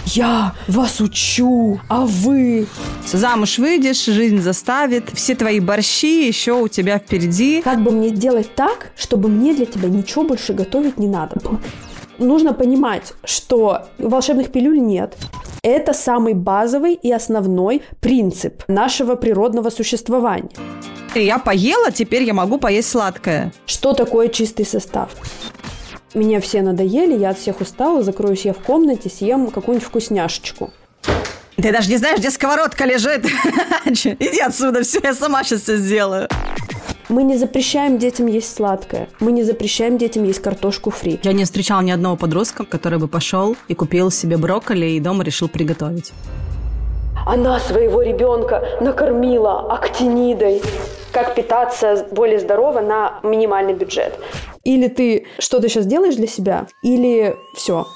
Я вас учу, а вы... Замуж выйдешь, жизнь заставит, все твои борщи еще у тебя впереди. Как бы мне сделать так, чтобы мне для тебя ничего больше готовить не надо было? Нужно понимать, что волшебных пилюль нет. Это самый базовый и основной принцип нашего природного существования. Я поела, теперь я могу поесть сладкое. Что такое чистый состав? Меня все надоели, я от всех устала, закроюсь я в комнате, съем какую-нибудь вкусняшечку. Ты даже не знаешь, где сковородка лежит. Иди отсюда, все, я сама сейчас все сделаю. Мы не запрещаем детям есть сладкое. Мы не запрещаем детям есть картошку фри. Я не встречала ни одного подростка, который бы пошел и купил себе брокколи и дома решил приготовить. Она своего ребенка накормила актинидой. Как питаться более здорово на минимальный бюджет. Или ты что-то сейчас делаешь для себя, или все.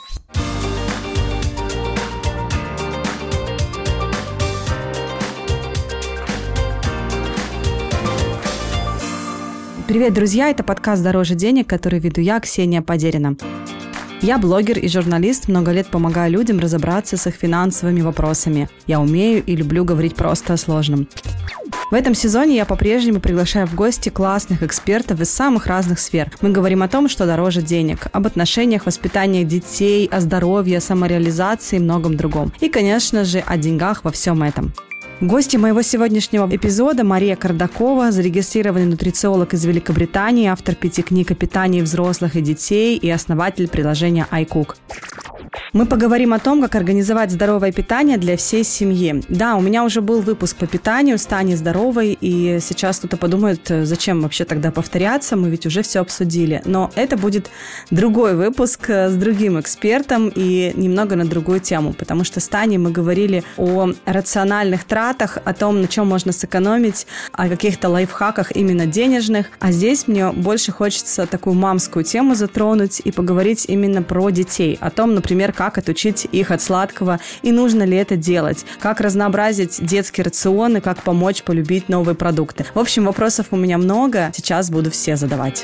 Привет, друзья! Это подкаст «Дороже денег», который веду я, Ксения Подерина. Я блогер и журналист, много лет помогаю людям разобраться с их финансовыми вопросами. Я умею и люблю говорить просто о сложном. В этом сезоне я по-прежнему приглашаю в гости классных экспертов из самых разных сфер. Мы говорим о том, что дороже денег, об отношениях, воспитании детей, о здоровье, самореализации и многом другом. И, конечно же, о деньгах во всем этом. Гости моего сегодняшнего эпизода Мария Кардакова, зарегистрированный нутрициолог из Великобритании, автор 5 книг о питании взрослых и детей и основатель приложения iCook. Мы поговорим о том, как организовать здоровое питание для всей семьи. Да, у меня уже был выпуск по питанию «Стань здоровой», и сейчас кто-то подумает, зачем вообще тогда повторяться, мы ведь уже все обсудили. Но это будет другой выпуск с другим экспертом и немного на другую тему, потому что с Таней мы говорили о рациональных тратах, о том, на чем можно сэкономить, о каких-то лайфхаках именно денежных. А здесь мне больше хочется такую мамскую тему затронуть и поговорить именно про детей, о том, например, как отучить их от сладкого и нужно ли это делать, как разнообразить детский рацион и как помочь полюбить новые продукты. В общем, вопросов у меня много, сейчас буду все задавать.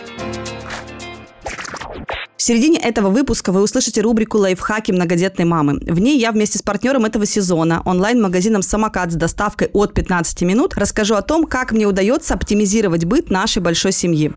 В середине этого выпуска вы услышите рубрику «Лайфхаки многодетной мамы». В ней я вместе с партнером этого сезона, онлайн-магазином «Самокат» с доставкой от 15 минут, расскажу о том, как мне удается оптимизировать быт нашей большой семьи.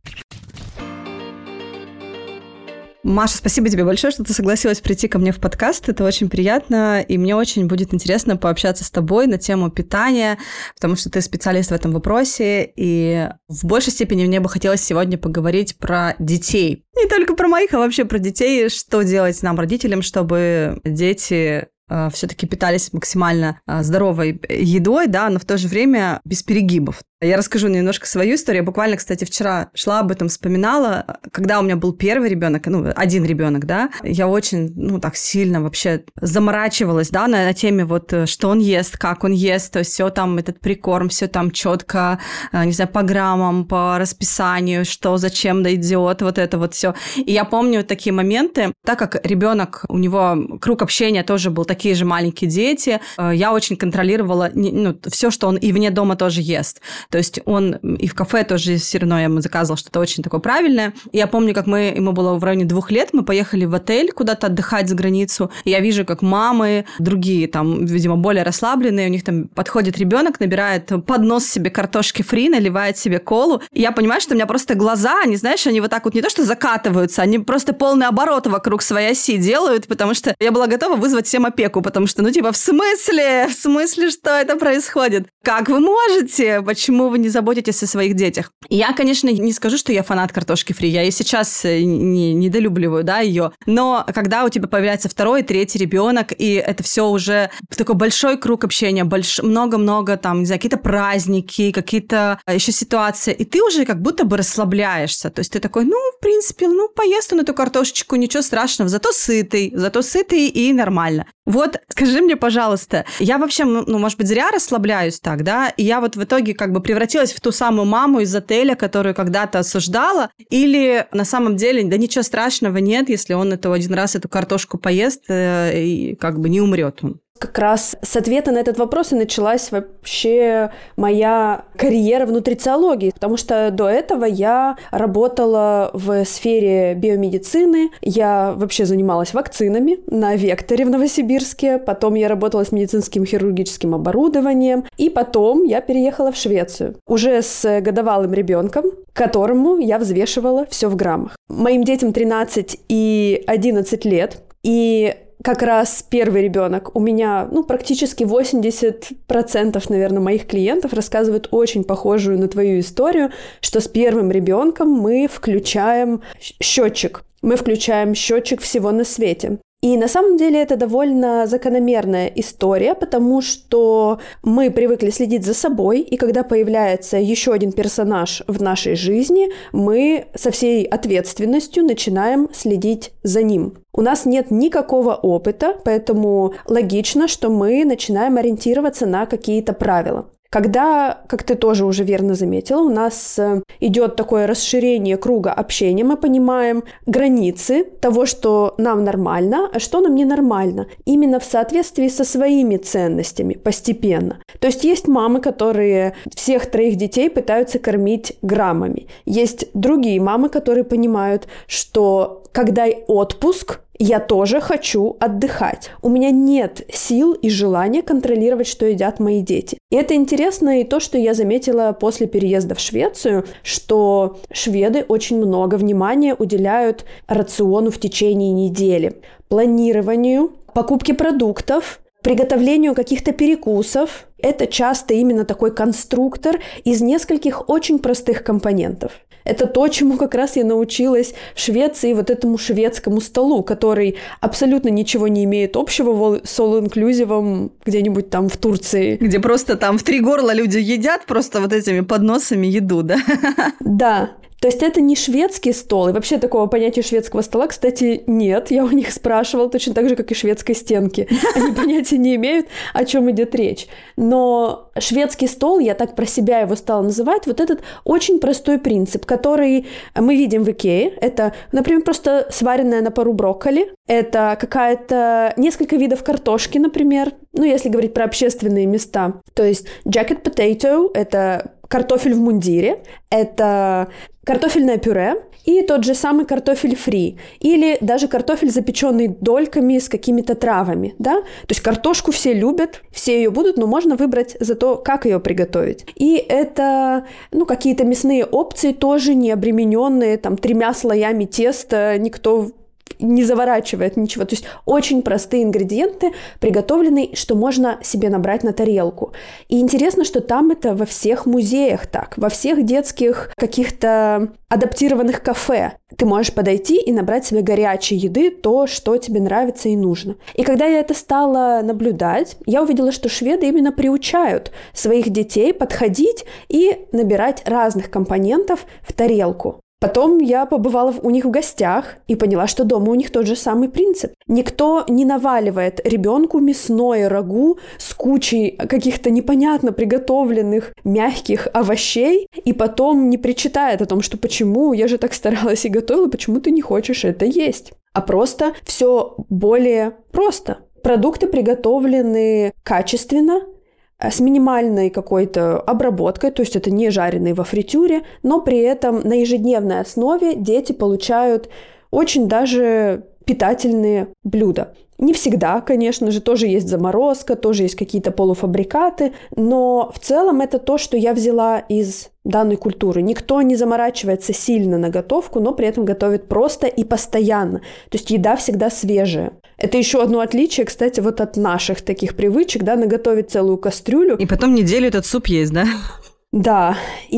Маша, спасибо тебе большое, что ты согласилась прийти ко мне в подкаст. Это очень приятно, и мне очень будет интересно пообщаться с тобой на тему питания, потому что ты специалист в этом вопросе, и в большей степени мне бы хотелось сегодня поговорить про детей. Не только про моих, а вообще про детей, что делать нам, родителям, чтобы дети все-таки питались максимально здоровой едой, да, но в то же время без перегибов. Я расскажу немножко свою историю. Я буквально, кстати, вчера шла об этом, вспоминала. Когда у меня был первый ребенок, один ребенок, да, я очень, так сильно вообще заморачивалась, да, на теме вот, что он ест, как он ест, то есть все там, этот прикорм, все там четко, не знаю, по граммам, по расписанию, что зачем дойдет, вот это вот все. И я помню такие моменты, так как ребенок, у него круг общения тоже был такие же маленькие дети, я очень контролировала все, что он и вне дома тоже ест. То есть он и в кафе тоже все равно я ему заказывала что-то очень такое правильное. И я помню, как ему было в районе 2 лет, мы поехали в отель куда-то отдыхать за границу, и я вижу, как мамы, другие там, видимо, более расслабленные, у них там подходит ребенок, набирает поднос себе картошки фри, наливает себе колу, и я понимаю, что у меня просто глаза, они, знаешь, они вот так вот не то что закатываются, они просто полный оборот вокруг своей оси делают, потому что я была готова вызвать всем опеку, потому что, в смысле, что это происходит? Как вы можете? Почему вы не заботитесь о своих детях? Я, конечно, не скажу, что я фанат картошки фри. Я и сейчас не недолюбливаю, да, ее. Но когда у тебя появляется 2-й, 3-й ребенок, и это все уже такой большой круг общения, много-много там, не знаю, какие-то праздники, какие-то еще ситуации, и ты уже как будто бы расслабляешься. То есть ты такой, в принципе, поест он эту картошечку, ничего страшного, зато сытый и нормально. Вот, скажи мне, пожалуйста, я вообще, может быть, зря расслабляюсь так, да, и я вот в итоге как бы превратилась в ту самую маму из отеля, которую когда-то осуждала, или на самом деле, да ничего страшного нет, если он один раз эту картошку поест, и как бы не умрет он. Как раз с ответа на этот вопрос и началась вообще моя карьера в нутрициологии, потому что до этого я работала в сфере биомедицины, я вообще занималась вакцинами на Векторе в Новосибирске, потом я работала с медицинским хирургическим оборудованием, и потом я переехала в Швецию уже с годовалым ребенком, которому я взвешивала все в граммах. Моим детям 13 и 11 лет, и как раз первый ребенок. У меня, практически 80%, наверное, моих клиентов рассказывают очень похожую на твою историю, что с первым ребенком мы включаем счетчик. Мы включаем счетчик всего на свете. И на самом деле это довольно закономерная история, потому что мы привыкли следить за собой, и когда появляется еще один персонаж в нашей жизни, мы со всей ответственностью начинаем следить за ним. У нас нет никакого опыта, поэтому логично, что мы начинаем ориентироваться на какие-то правила. Когда, как ты тоже уже верно заметила, у нас идет такое расширение круга общения, мы понимаем границы того, что нам нормально, а что нам ненормально, именно в соответствии со своими ценностями постепенно. То есть есть мамы, которые всех 3 детей пытаются кормить граммами. Есть другие мамы, которые понимают, что когда отпуск, я тоже хочу отдыхать. У меня нет сил и желания контролировать, что едят мои дети. И это интересно и то, что я заметила после переезда в Швецию, что шведы очень много внимания уделяют рациону в течение недели, планированию, покупке продуктов, приготовлению каких-то перекусов. Это часто именно такой конструктор из нескольких очень простых компонентов. Это то, чему как раз я научилась в Швеции, вот этому шведскому столу, который абсолютно ничего не имеет общего с all-inclusive где-нибудь там в Турции. Где просто там в 3 горла люди едят просто вот этими подносами еду, да? Да. То есть это не шведский стол, и вообще такого понятия шведского стола, кстати, нет. Я у них спрашивала, точно так же, как и шведской стенки. Они понятия не имеют, о чем идет речь. Но шведский стол, я так про себя его стала называть, вот этот очень простой принцип, который мы видим в Икее. Это, например, просто сваренная на пару брокколи. Это какая-то несколько видов картошки, например. Если говорить про общественные места. То есть jacket potato – это картофель в мундире, это картофельное пюре и тот же самый картофель фри, или даже картофель, запеченный дольками с какими-то травами, да? То есть картошку все любят, все ее будут, но можно выбрать за то, как ее приготовить. И это, какие-то мясные опции тоже не обремененные, 3 слоями теста, никто не заворачивает ничего. То есть очень простые ингредиенты, приготовленные, что можно себе набрать на тарелку. И интересно, что там это во всех музеях так, во всех детских каких-то адаптированных кафе. Ты можешь подойти и набрать себе горячей еды, то, что тебе нравится и нужно. И когда я это стала наблюдать, я увидела, что шведы именно приучают своих детей подходить и набирать разных компонентов в тарелку. Потом я побывала у них в гостях и поняла, что дома у них тот же самый принцип. Никто не наваливает ребенку мясное рагу с кучей каких-то непонятно приготовленных мягких овощей и потом не причитает о том, что почему я же так старалась и готовила, почему ты не хочешь это есть. А просто все более просто. Продукты приготовлены качественно, с минимальной какой-то обработкой, то есть это не жареные во фритюре, но при этом на ежедневной основе дети получают очень даже питательные блюда. Не всегда, конечно же, тоже есть заморозка, тоже есть какие-то полуфабрикаты, но в целом это то, что я взяла из данной культуры. Никто не заморачивается сильно на готовку, но при этом готовит просто и постоянно. То есть еда всегда свежая. Это еще одно отличие, кстати, вот от наших таких привычек, да, наготовить целую кастрюлю. И потом неделю этот суп есть, да? Да,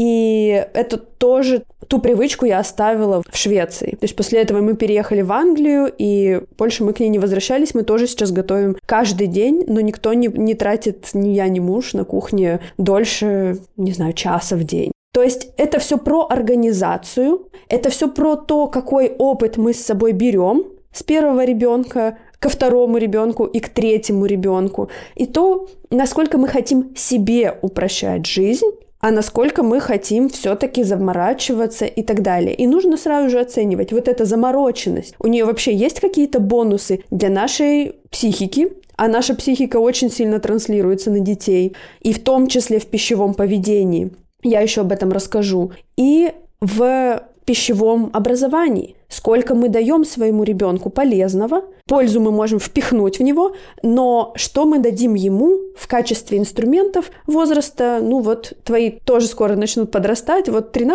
и это тоже ту привычку я оставила в Швеции. То есть после этого мы переехали в Англию, и больше мы к ней не возвращались. Мы тоже сейчас готовим каждый день, но никто не тратит, ни я, ни муж, на кухне дольше, часа в день. То есть это все про организацию, это все про то, какой опыт мы с собой берем с первого ребенка ко второму ребенку и к третьему ребенку, и то, насколько мы хотим себе упрощать жизнь, а насколько мы хотим все-таки заморачиваться и так далее. И нужно сразу же оценивать вот эта замороченность. У нее вообще есть какие-то бонусы для нашей психики, а наша психика очень сильно транслируется на детей, и в том числе в пищевом поведении. Я еще об этом расскажу. И в пищевом образовании. Сколько мы даем своему ребенку полезного, пользу мы можем впихнуть в него, но что мы дадим ему в качестве инструментов возраста, твои тоже скоро начнут подрастать,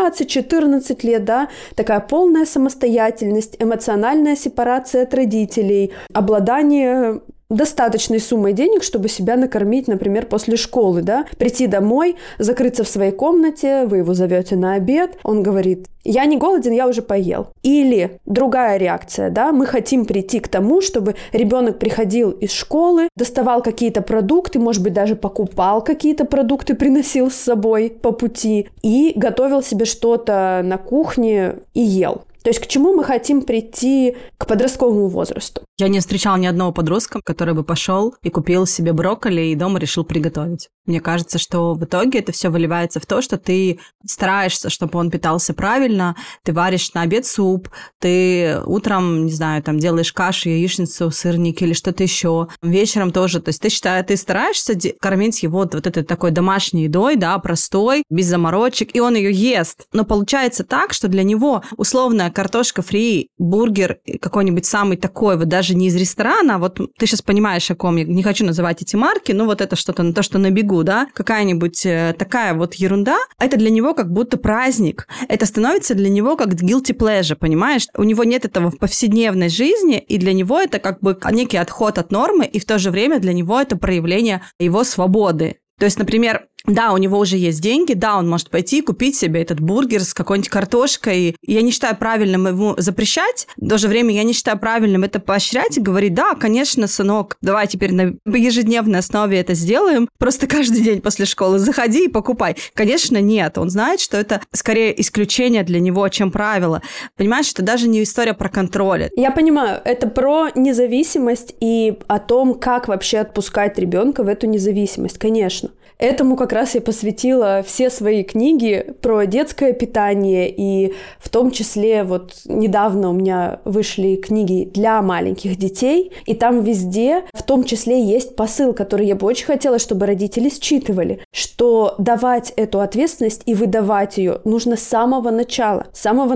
13-14 лет, да, такая полная самостоятельность, эмоциональная сепарация от родителей, обладание достаточной суммой денег, чтобы себя накормить, например, после школы, да, прийти домой, закрыться в своей комнате, вы его зовете на обед, он говорит: я не голоден, я уже поел. Или другая реакция, да, мы хотим прийти к тому, чтобы ребенок приходил из школы, доставал какие-то продукты, может быть, даже покупал какие-то продукты, приносил с собой по пути и готовил себе что-то на кухне и ел. То есть к чему мы хотим прийти к подростковому возрасту? Я не встречала ни одного подростка, который бы пошел и купил себе брокколи и дома решил приготовить. Мне кажется, что в итоге это все выливается в то, что ты стараешься, чтобы он питался правильно, ты варишь на обед суп, ты утром, не знаю, там делаешь кашу, яичницу, сырники или что-то еще. Вечером тоже. То есть ты стараешься кормить его вот этой такой домашней едой, да, простой, без заморочек, и он ее ест. Но получается так, что для него условная картошка фри, бургер какой-нибудь самый такой, даже не из ресторана, ты сейчас понимаешь, о ком я не хочу называть эти марки, это что-то, то, что на бегу, да, какая-нибудь такая ерунда, это для него как будто праздник. Это становится для него как guilty pleasure, понимаешь? У него нет этого в повседневной жизни, и для него это как бы некий отход от нормы, и в то же время для него это проявление его свободы. То есть, например, да, у него уже есть деньги, да, он может пойти и купить себе этот бургер с какой-нибудь картошкой. И я не считаю правильным ему запрещать, в то же время я не считаю правильным это поощрять и говорить: да, конечно, сынок, давай теперь на ежедневной основе это сделаем, просто каждый день после школы заходи и покупай. Конечно, нет, он знает, что это скорее исключение для него, чем правило. Понимаешь, это даже не история про контроль. Я понимаю, это про независимость и о том, как вообще отпускать ребенка в эту независимость, конечно. Этому как раз я посвятила все свои книги про детское питание, и в том числе недавно у меня вышли книги для маленьких детей, и там везде в том числе есть посыл, который я бы очень хотела, чтобы родители считывали, что давать эту ответственность и выдавать ее нужно с самого начала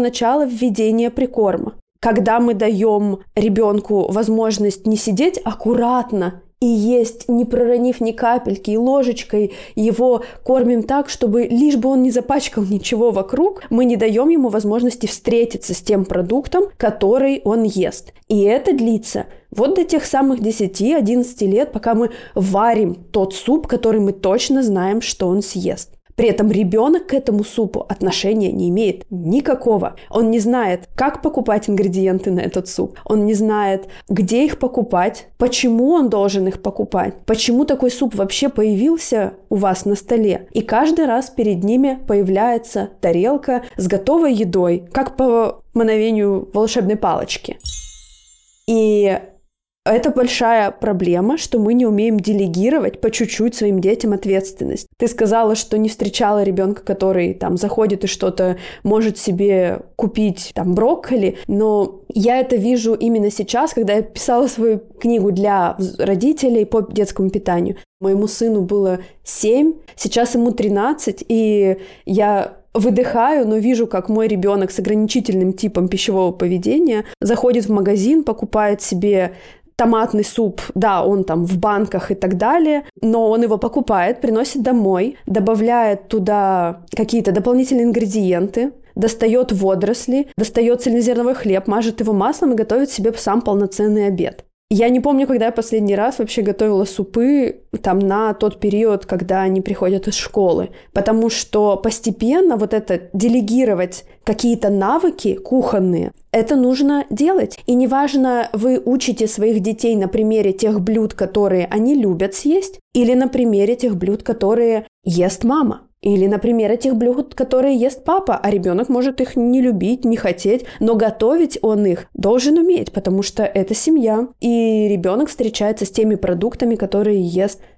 введения прикорма. Когда мы даем ребенку возможность не сидеть аккуратно и есть, не проронив ни капельки, и ложечкой его кормим так, чтобы лишь бы он не запачкал ничего вокруг, мы не даем ему возможности встретиться с тем продуктом, который он ест. И это длится до тех самых 10-11 лет, пока мы варим тот суп, который мы точно знаем, что он съест. При этом ребенок к этому супу отношения не имеет никакого. Он не знает, как покупать ингредиенты на этот суп. Он не знает, где их покупать, почему он должен их покупать, почему такой суп вообще появился у вас на столе. И каждый раз перед ними появляется тарелка с готовой едой, как по мановению волшебной палочки. И это большая проблема, что мы не умеем делегировать по чуть-чуть своим детям ответственность. Ты сказала, что не встречала ребенка, который заходит и что-то может себе купить, брокколи, но я это вижу именно сейчас, когда я писала свою книгу для родителей по детскому питанию. Моему сыну было 7, сейчас ему 13, и я выдыхаю, но вижу, как мой ребенок с ограничительным типом пищевого поведения заходит в магазин, покупает себе томатный суп, да, он в банках и так далее, но он его покупает, приносит домой, добавляет туда какие-то дополнительные ингредиенты, достает водоросли, достает цельнозерновой хлеб, мажет его маслом и готовит себе сам полноценный обед. Я не помню, когда я последний раз вообще готовила супы на тот период, когда они приходят из школы, потому что постепенно это делегировать какие-то навыки кухонные, это нужно делать. И неважно, вы учите своих детей на примере тех блюд, которые они любят съесть, или на примере тех блюд, которые ест мама. Или, например, этих блюд, которые ест папа, а ребенок может их не любить, не хотеть, но готовить он их должен уметь, потому что это семья, и ребенок встречается с теми продуктами, которые ест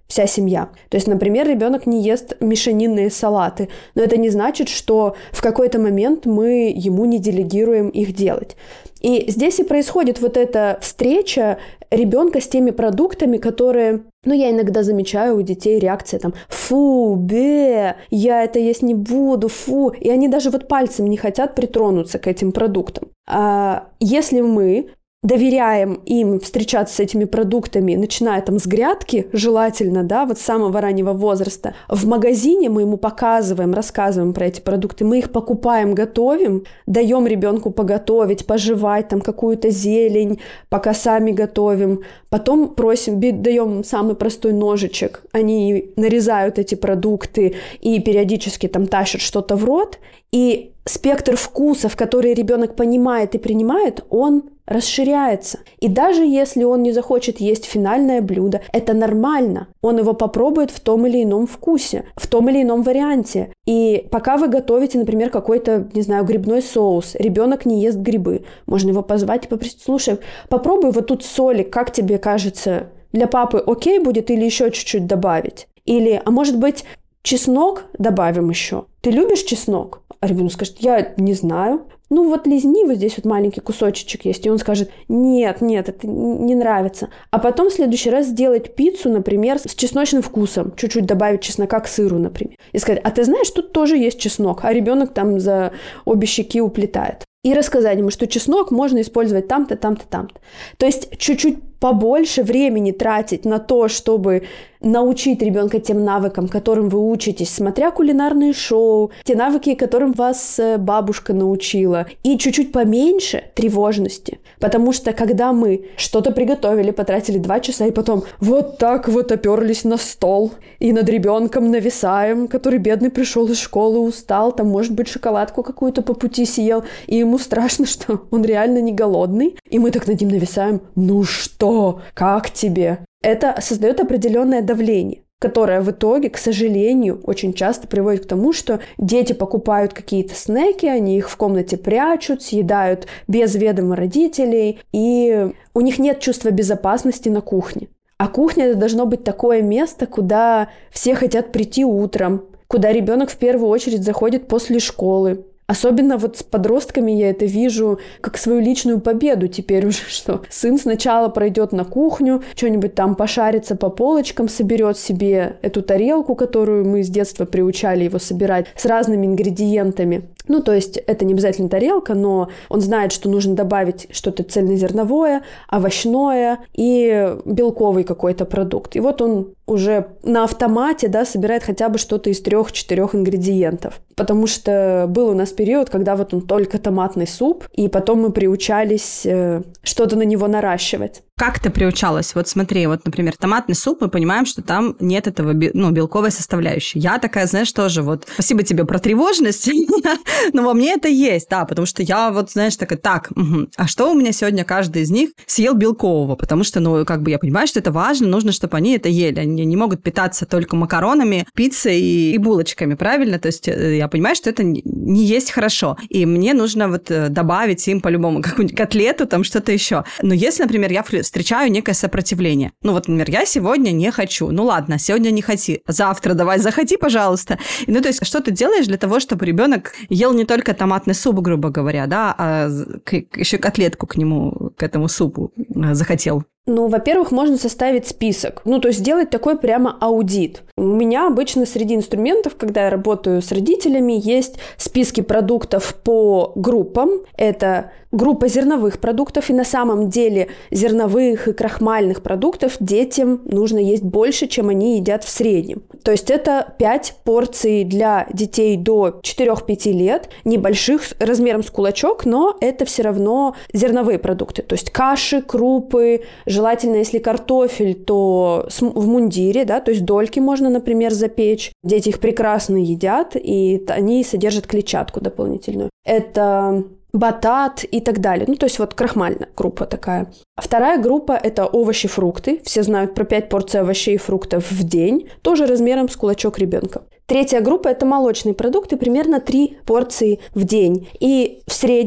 вся семья. То есть, например, ребенок не ест мешанинные салаты, но это не значит, что в какой-то момент мы ему не делегируем их делать. И здесь и происходит вот эта встреча ребенка с теми продуктами, которые, я иногда замечаю у детей реакция там: фу, бе, я это есть не буду, фу. И они даже вот пальцем не хотят притронуться к этим продуктам. А если мы доверяем им встречаться с этими продуктами, начиная там с грядки, желательно, да, вот с самого раннего возраста. В магазине мы ему показываем, рассказываем про эти продукты, мы их покупаем, готовим, даем ребенку поготовить, пожевать там какую-то зелень, пока сами готовим. Потом просим, даем самый простой ножичек, они нарезают эти продукты и периодически там тащат что-то в рот. И спектр вкусов, которые ребенок понимает и принимает, он расширяется. И даже если он не захочет есть финальное блюдо, это нормально. Он его попробует в том или ином вкусе, в том или ином варианте. И пока вы готовите, например, какой-то, не знаю, грибной соус, ребенок не ест грибы, можно его позвать и попросить: слушай, попробуй вот тут солик, как тебе кажется, для папы окей будет или еще чуть-чуть добавить? Или, а может быть, чеснок добавим еще? Ты любишь чеснок? А ребенок скажет: я не знаю. Ну вот лизни, вот здесь вот маленький кусочек есть. И он скажет: нет, это не нравится. А потом в следующий раз сделать пиццу, например, с чесночным вкусом. Чуть-чуть добавить чеснока к сыру, например. И сказать: а ты знаешь, тут тоже есть чеснок. А ребенок там за обе щеки уплетает. И рассказать ему, что чеснок можно использовать там-то, там-то, там-то. То есть чуть-чуть побольше времени тратить на то, чтобы научить ребенка тем навыкам, которым вы учитесь, смотря кулинарные шоу, те навыки, которым вас бабушка научила, и чуть-чуть поменьше тревожности. Потому что когда мы что-то приготовили, потратили 2 часа, и потом вот так вот оперлись на стол, и над ребенком нависаем, который бедный пришел из школы, устал, там, может быть, шоколадку какую-то по пути съел, и ему страшно, что он реально не голодный, и мы так над ним нависаем: ну что, как тебе? Это создает определенное давление, которое в итоге, к сожалению, очень часто приводит к тому, что дети покупают какие-то снеки, они их в комнате прячут, съедают без ведома родителей, и у них нет чувства безопасности на кухне. А кухня — это должно быть такое место, куда все хотят прийти утром, куда ребенок в первую очередь заходит после школы. Особенно вот с подростками я это вижу как свою личную победу теперь уже, что сын сначала пройдет на кухню, что-нибудь там пошарится по полочкам, соберет себе эту тарелку, которую мы с детства приучали его собирать, с разными ингредиентами. Ну, то есть это не обязательно тарелка, но он знает, что нужно добавить что-то цельнозерновое, овощное и белковый какой-то продукт. И вот он уже на автомате, да, собирает хотя бы что-то из 3-4 ингредиентов. Потому что был у нас период, когда вот он только томатный суп, и потом мы приучались что-то на него наращивать. Как ты приучалась? Вот смотри, вот, например, томатный суп, мы понимаем, что там нет этого, белковой составляющей. Я такая, знаешь, тоже вот, спасибо тебе про тревожность, но во мне это есть, да, потому что я вот, знаешь, такая: а что у меня сегодня каждый из них съел белкового? Потому что, я понимаю, что это важно, нужно, чтобы они это ели. Они не могут питаться только макаронами, пиццей и булочками, правильно? То есть я понимаю, что это не есть хорошо. И мне нужно вот добавить им по-любому какую-нибудь котлету, там что-то еще. Но если, например, я встречаю некое сопротивление. Например, я сегодня не хочу. Ну ладно, сегодня не хоти. Завтра давай захоти, пожалуйста. То есть что ты делаешь для того, чтобы ребенок ел не только томатный суп, грубо говоря, да, а еще котлетку к этому супу захотел? Ну, во-первых, можно составить список. То есть сделать такой прямо аудит. У меня обычно среди инструментов, когда я работаю с родителями, есть списки продуктов по группам. Это группа зерновых продуктов, и на самом деле зерновых и крахмальных продуктов детям нужно есть больше, чем они едят в среднем. То есть это 5 порций для детей до 4-5 лет, небольших, размером с кулачок, но это все равно зерновые продукты. То есть каши, крупы, желательно, если картофель, то в мундире, да, то есть дольки можно, например, запечь. Дети их прекрасно едят, и они содержат клетчатку дополнительную. Это батат и так далее. То есть вот крахмальная группа такая. Вторая группа – это овощи, фрукты. Все знают про 5 порций овощей и фруктов в день, тоже размером с кулачок ребенка. Третья группа – это молочные продукты, примерно 3 порции в день. И в среднем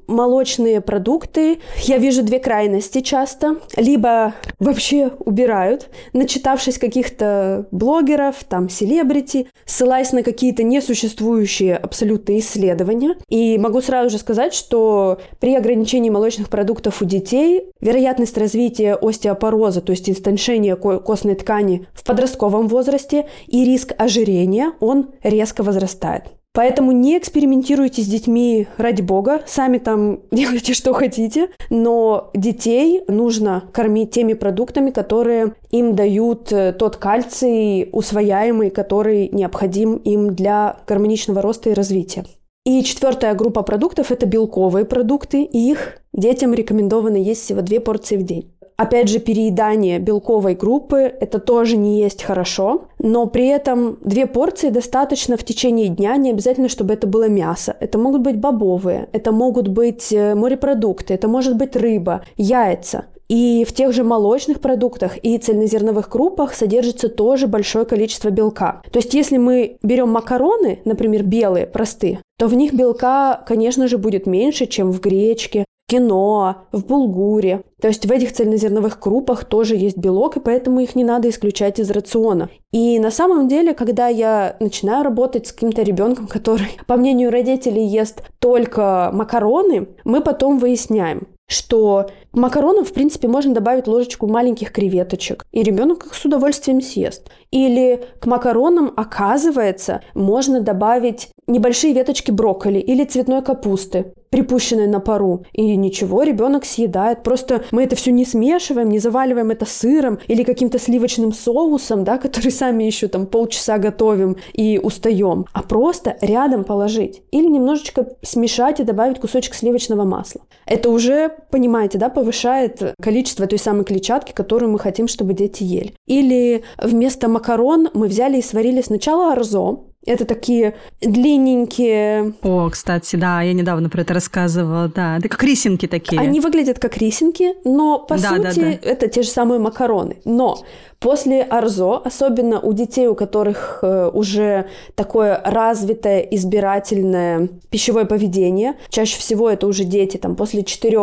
молочные продукты я вижу две крайности часто. Либо вообще убирают, начитавшись каких-то блогеров, там, селебрити, ссылаясь на какие-то несуществующие абсолютно исследования. И могу сразу же сказать, что при ограничении молочных продуктов у детей вероятность развития остеопороза, то есть истончения костной ткани в подростковом возрасте, и риск ожирения, он резко возрастает. Поэтому не экспериментируйте с детьми, ради бога, сами там делайте, что хотите, но детей нужно кормить теми продуктами, которые им дают тот кальций усвояемый, который необходим им для гармоничного роста и развития. И четвертая группа продуктов – это белковые продукты, и их детям рекомендовано есть всего 2 порции в день. Опять же, переедание белковой группы – это тоже не есть хорошо, но при этом 2 порции достаточно в течение дня, не обязательно, чтобы это было мясо. Это могут быть бобовые, это могут быть морепродукты, это может быть рыба, яйца. И в тех же молочных продуктах и цельнозерновых крупах содержится тоже большое количество белка. То есть, если мы берем макароны, например, белые, простые, то в них белка, конечно же, будет меньше, чем в гречке, киноа, в булгуре. То есть в этих цельнозерновых крупах тоже есть белок, и поэтому их не надо исключать из рациона. И на самом деле, когда я начинаю работать с каким-то ребенком, который, по мнению родителей, ест только макароны, мы потом выясняем, что к макаронам, в принципе, можно добавить ложечку маленьких креветочек, и ребенок их с удовольствием съест. Или к макаронам, оказывается, можно добавить небольшие веточки брокколи или цветной капусты, припущенной на пару. И ничего, ребенок съедает. Просто мы это все не смешиваем, не заваливаем это сыром или каким-то сливочным соусом, да, который сами еще там полчаса готовим и устаем, а просто рядом положить. Или немножечко смешать и добавить кусочек сливочного масла. Это уже, понимаете, да, повышает количество той самой клетчатки, которую мы хотим, чтобы дети ели. Или вместо макарон мы взяли и сварили сначала орзо. Это такие длинненькие... О, кстати, да, я недавно про это рассказывала, да. Это как рисинки такие. Они выглядят как рисинки, но, по сути, это те же самые макароны. Но после орзо, особенно у детей, у которых уже такое развитое избирательное пищевое поведение, чаще всего это уже дети там, после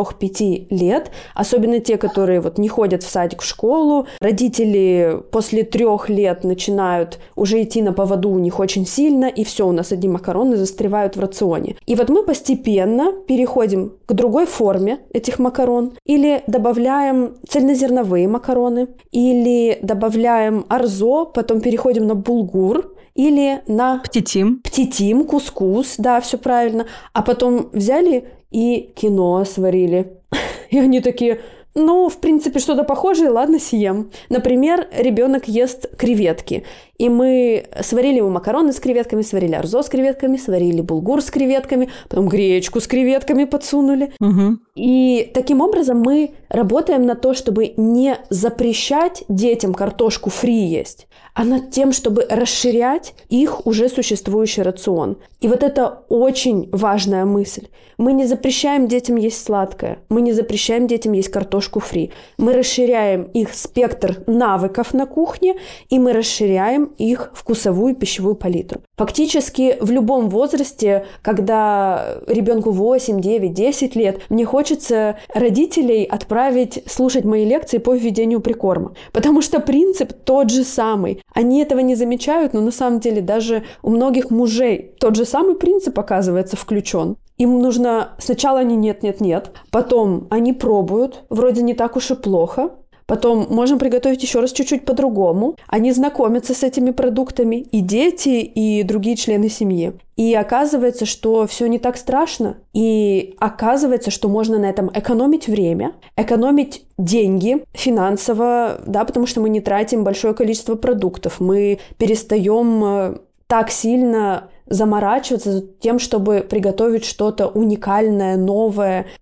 4-5 лет, особенно те, которые вот, не ходят в садик, в школу, родители после 3 лет начинают уже идти на поводу у них очень сильно, и все, у нас одни макароны застревают в рационе. И вот мы постепенно переходим к другой форме этих макарон, или добавляем цельнозерновые макароны, или добавляем орзо, потом переходим на булгур, или на птитим, кускус, да, все правильно, а потом взяли и киноа сварили. И они такие... Ну, в принципе, что-то похожее, ладно, съем. Например, ребенок ест креветки, и мы сварили ему макароны с креветками, сварили орзо с креветками, сварили булгур с креветками, потом гречку с креветками подсунули. Угу. И таким образом мы работаем на то, чтобы не запрещать детям картошку фри есть, а над тем, чтобы расширять их уже существующий рацион. И вот это очень важная мысль. Мы не запрещаем детям есть сладкое, мы не запрещаем детям есть картошку фри. Мы расширяем их спектр навыков на кухне, и мы расширяем их вкусовую пищевую палитру. Фактически в любом возрасте, когда ребенку 8, 9, 10 лет, мне хочется родителей отправить слушать мои лекции по введению прикорма. Потому что принцип тот же самый. Они этого не замечают, но на самом деле даже у многих мужей тот же самый принцип, оказывается, включен. Им нужно сначала они нет, потом они пробуют, вроде не так уж и плохо, потом можем приготовить еще раз чуть-чуть по-другому. Они знакомятся с этими продуктами, и дети, и другие члены семьи. И оказывается, что все не так страшно. И оказывается, что можно на этом экономить время, экономить деньги финансово, да, потому что мы не тратим большое количество продуктов. Мы перестаем так сильно заморачиваться тем, чтобы приготовить что-то уникальное, новое,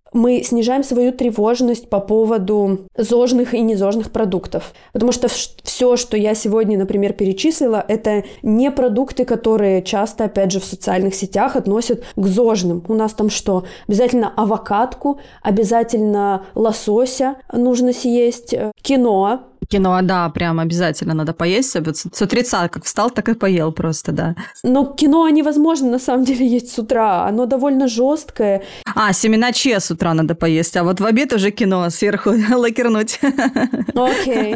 мы снижаем свою тревожность по поводу зожных и незожных продуктов. Потому что все, что я сегодня, например, перечислила, это не продукты, которые часто, опять же, в социальных сетях относят к зожным. У нас там что? Обязательно авокадку, обязательно лосося нужно съесть, киноа. Кино, да, прям обязательно надо поесть. С утреца как встал, так и поел просто, да. Но киноа невозможно на самом деле есть с утра. Оно довольно жесткое. Семена чиа с утра надо поесть, а вот в обед уже киноа сверху лакернуть. Окей.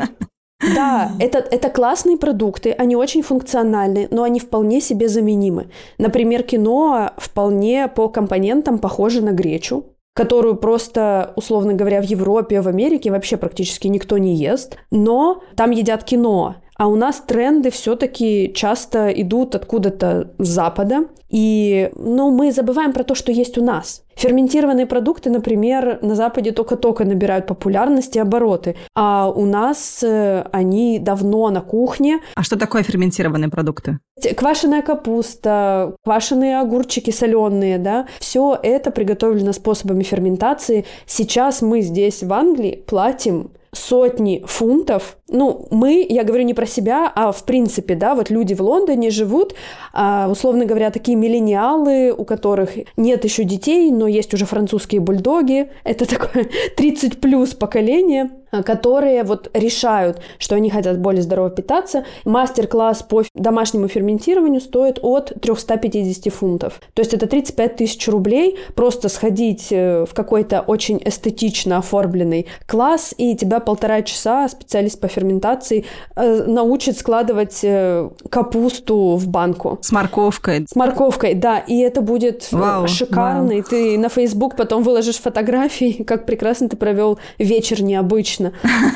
Да, это классные продукты, они очень функциональны, но они вполне себе заменимы. Например, киноа вполне по компонентам похоже на гречу, которую просто, условно говоря, в Европе, в Америке вообще практически никто не ест, но там едят киноа. А у нас тренды все-таки часто идут откуда-то с Запада, и мы забываем про то, что есть у нас. Ферментированные продукты, например, на Западе только-только набирают популярность и обороты, а у нас они давно на кухне. А что такое ферментированные продукты? Квашеная капуста, квашеные огурчики соленые, да, все это приготовлено способами ферментации. Сейчас мы здесь в Англии платим сотни фунтов. Я говорю не про себя, а в принципе, да, вот люди в Лондоне живут, условно говоря, такие миллениалы, у которых нет еще детей, но есть уже французские бульдоги. Это такое 30+ поколение, которые вот решают, что они хотят более здорово питаться. Мастер-класс по домашнему ферментированию стоит от 350 фунтов. То есть это 35 тысяч рублей. Просто сходить в какой-то очень эстетично оформленный класс, и тебя 1,5 часа специалист по ферментации научит складывать капусту в банку. С морковкой. С морковкой, да. И это будет шикарно. И ты на Facebook потом выложишь фотографии, как прекрасно ты провел вечер необычно.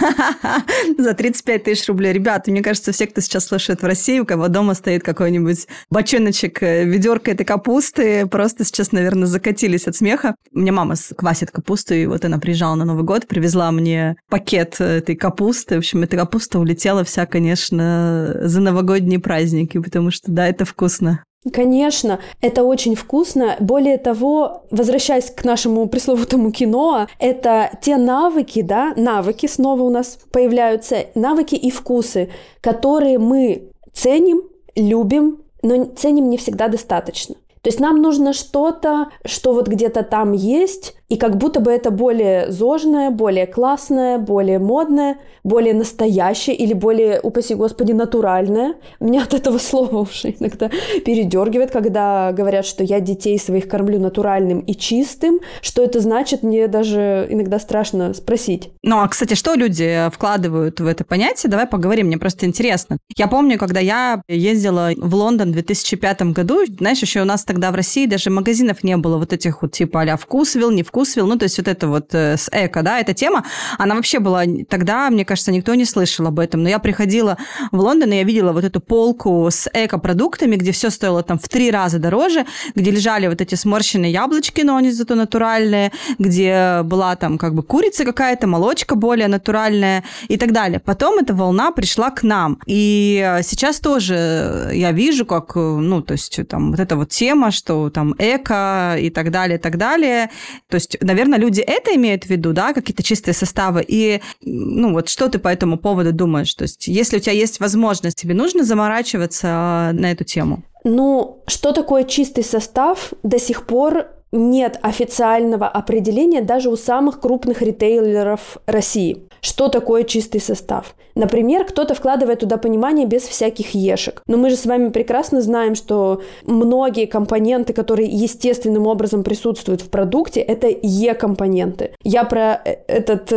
За 35 тысяч рублей. Ребята, мне кажется, все, кто сейчас слушает в России, у кого дома стоит какой-нибудь бочоночек, ведерко этой капусты, просто сейчас, наверное, закатились от смеха. У меня мама квасит капусту, и вот она приезжала на Новый год, привезла мне пакет этой капусты. В общем, эта капуста улетела вся, конечно, за новогодние праздники, потому что, да, это вкусно. Конечно, это очень вкусно. Более того, возвращаясь к нашему пресловутому киноа, это те навыки снова у нас появляются, навыки и вкусы, которые мы ценим, любим, но ценим не всегда достаточно. То есть нам нужно что-то, что вот где-то там есть, и как будто бы это более зожное, более классное, более модное, более настоящее или более, упаси господи, натуральное. Меня от этого слова уже иногда передергивает, когда говорят, что я детей своих кормлю натуральным и чистым. Что это значит, мне даже иногда страшно спросить. А, кстати, что люди вкладывают в это понятие? Давай поговорим, мне просто интересно. Я помню, когда я ездила в Лондон в 2005 году, знаешь, еще у нас тогда в России даже магазинов не было вот этих вот типа а-ля Вкусвилл, не Вкусвилл, то есть вот это вот с эко, да, эта тема, она вообще была тогда, мне кажется, никто не слышал об этом, но я приходила в Лондон, и я видела вот эту полку с эко-продуктами, где все стоило там в 3 раза дороже, где лежали вот эти сморщенные яблочки, но они зато натуральные, где была там как бы курица какая-то, молочка более натуральная и так далее. Потом эта волна пришла к нам, и сейчас тоже я вижу, как, то есть там вот эта вот тема, что там эко и так далее, то есть, наверное, люди это имеют в виду, да, какие-то чистые составы. И, вот что ты по этому поводу думаешь? То есть, если у тебя есть возможность, тебе нужно заморачиваться на эту тему? Что такое чистый состав? До сих пор нет официального определения даже у самых крупных ритейлеров России. Что такое чистый состав? Например, кто-то вкладывает туда понимание без всяких ешек. Но мы же с вами прекрасно знаем, что многие компоненты, которые естественным образом присутствуют в продукте, это Е-компоненты. Я про этот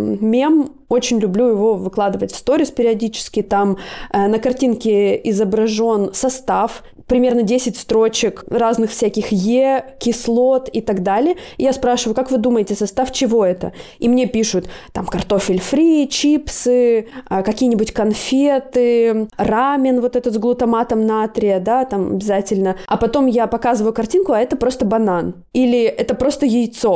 мем очень люблю его выкладывать в сторис периодически. Там на картинке изображен состав, примерно 10 строчек разных всяких Е, кислот и так далее. И я спрашиваю, как вы думаете, состав чего это? И мне пишут, там картофель фри, чипсы, какие-нибудь конфеты, рамен вот этот с глутаматом натрия, да, там обязательно. А потом я показываю картинку, а это просто банан. Или это просто яйцо.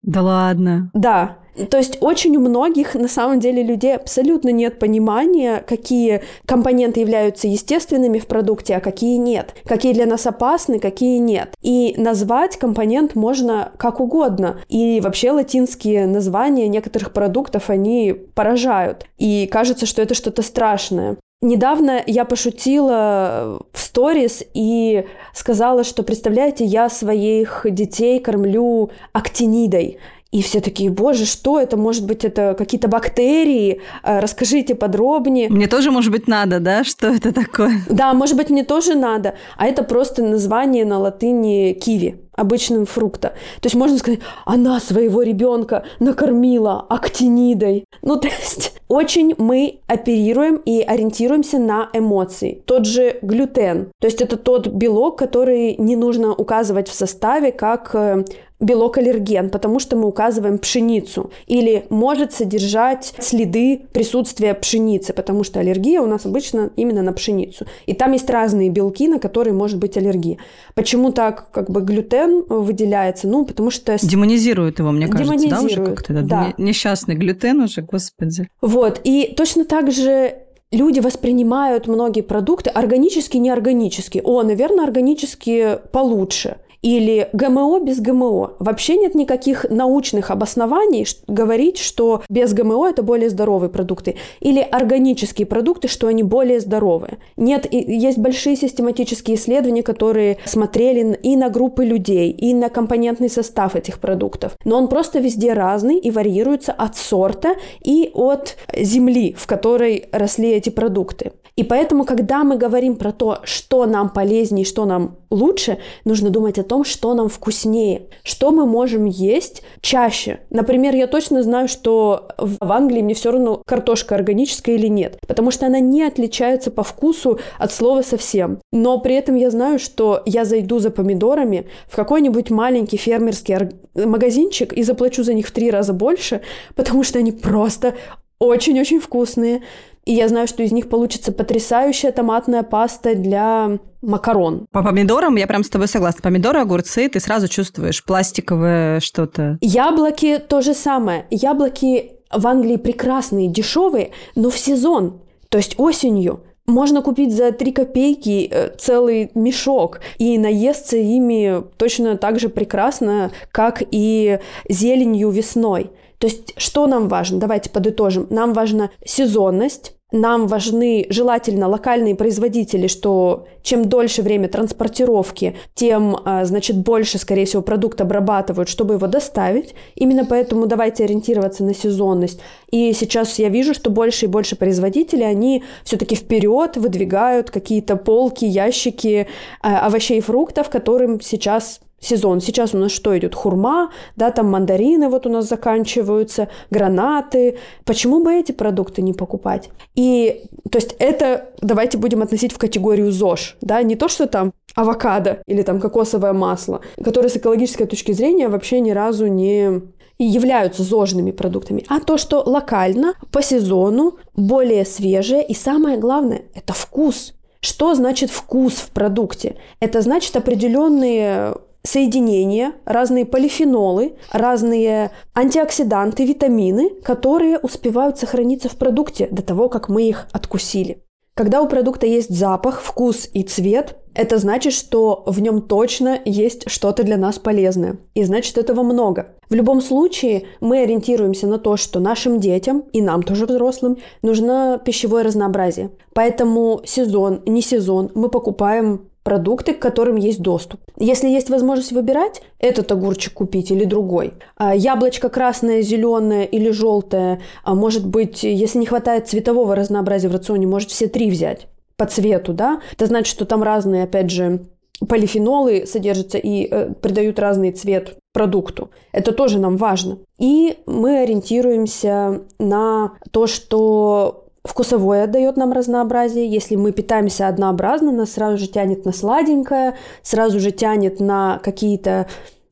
Да ладно? Да. То есть очень у многих, на самом деле, людей абсолютно нет понимания, какие компоненты являются естественными в продукте, а какие нет. Какие для нас опасны, какие нет. И назвать компонент можно как угодно. И вообще латинские названия некоторых продуктов, они поражают. И кажется, что это что-то страшное. Недавно я пошутила в сторис и сказала, что, представляете, я своих детей кормлю актинидой. И все такие: боже, что это? Может быть, это какие-то бактерии? Расскажите подробнее. Мне тоже, может быть, надо, да? Что это такое? Да, может быть, мне тоже надо. А это просто название на латыни киви, обычного фрукта. То есть можно сказать: она своего ребенка накормила актинидой. Ну, то есть очень мы оперируем и ориентируемся на эмоции. Тот же глютен. То есть это тот белок, который не нужно указывать в составе как белок-аллерген, потому что мы указываем пшеницу. Или может содержать следы присутствия пшеницы, потому что аллергия у нас обычно именно на пшеницу. И там есть разные белки, на которые может быть аллергия. Почему так глютен выделяется? Ну, потому что... Демонизируют его, мне кажется, да, уже как-то? Да. Несчастный глютен уже, господи. Вот, и точно так же люди воспринимают многие продукты органически, неорганически. Наверное, органически получше. Или ГМО без ГМО. Вообще нет никаких научных обоснований говорить, что без ГМО это более здоровые продукты. Или органические продукты, что они более здоровые. Нет, есть большие систематические исследования, которые смотрели и на группы людей, и на компонентный состав этих продуктов. Но он просто везде разный и варьируется от сорта и от земли, в которой росли эти продукты. И поэтому, когда мы говорим про то, что нам полезнее, что нам лучше, нужно думать о том, что нам вкуснее, что мы можем есть чаще. Например, я точно знаю, что в Англии мне все равно картошка органическая или нет, потому что она не отличается по вкусу от слова совсем. Но при этом я знаю, что я зайду за помидорами в какой-нибудь маленький фермерский магазинчик и заплачу за них в 3 раза больше, потому что они просто очень-очень вкусные. И я знаю, что из них получится потрясающая томатная паста для макарон. По помидорам я прям с тобой согласна. Помидоры, огурцы, ты сразу чувствуешь пластиковое что-то. Яблоки то же самое. Яблоки в Англии прекрасные, дешевые, но в сезон, то есть осенью. Можно купить за 3 копейки целый мешок и наесться ими точно так же прекрасно, как и зеленью весной. То есть что нам важно? Давайте подытожим. Нам важна сезонность, нам важны желательно локальные производители, что чем дольше время транспортировки, тем, больше, скорее всего, продукт обрабатывают, чтобы его доставить. Именно поэтому давайте ориентироваться на сезонность. И сейчас я вижу, что больше и больше производителей, они все-таки вперед выдвигают какие-то полки, ящики овощей и фруктов, которым сейчас сезон. Сейчас у нас что идет? Хурма, да, там мандарины вот у нас заканчиваются, гранаты. Почему бы эти продукты не покупать? И, то есть, это давайте будем относить в категорию ЗОЖ, да, не то, что там авокадо или там кокосовое масло, которые с экологической точки зрения вообще ни разу не являются зожными продуктами, а то, что локально, по сезону, более свежее и самое главное, это вкус. Что значит вкус в продукте? Это значит определенные соединения, разные полифенолы, разные антиоксиданты, витамины, которые успевают сохраниться в продукте до того, как мы их откусили. Когда у продукта есть запах, вкус и цвет, это значит, что в нем точно есть что-то для нас полезное. И значит, этого много. В любом случае, мы ориентируемся на то, что нашим детям, и нам тоже взрослым, нужно пищевое разнообразие. Поэтому сезон, не сезон, мы покупаем продукты, к которым есть доступ. Если есть возможность выбирать, этот огурчик купить или другой. Яблочко красное, зеленое или желтое, может быть, если не хватает цветового разнообразия в рационе, может все 3 взять по цвету, да? Это значит, что там разные, опять же, полифенолы содержатся и придают разный цвет продукту. Это тоже нам важно. И мы ориентируемся на то, что вкусовое дает нам разнообразие. Если мы питаемся однообразно, нас сразу же тянет на сладенькое, сразу же тянет на какие-то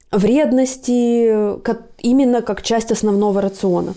вредности, именно как часть основного рациона.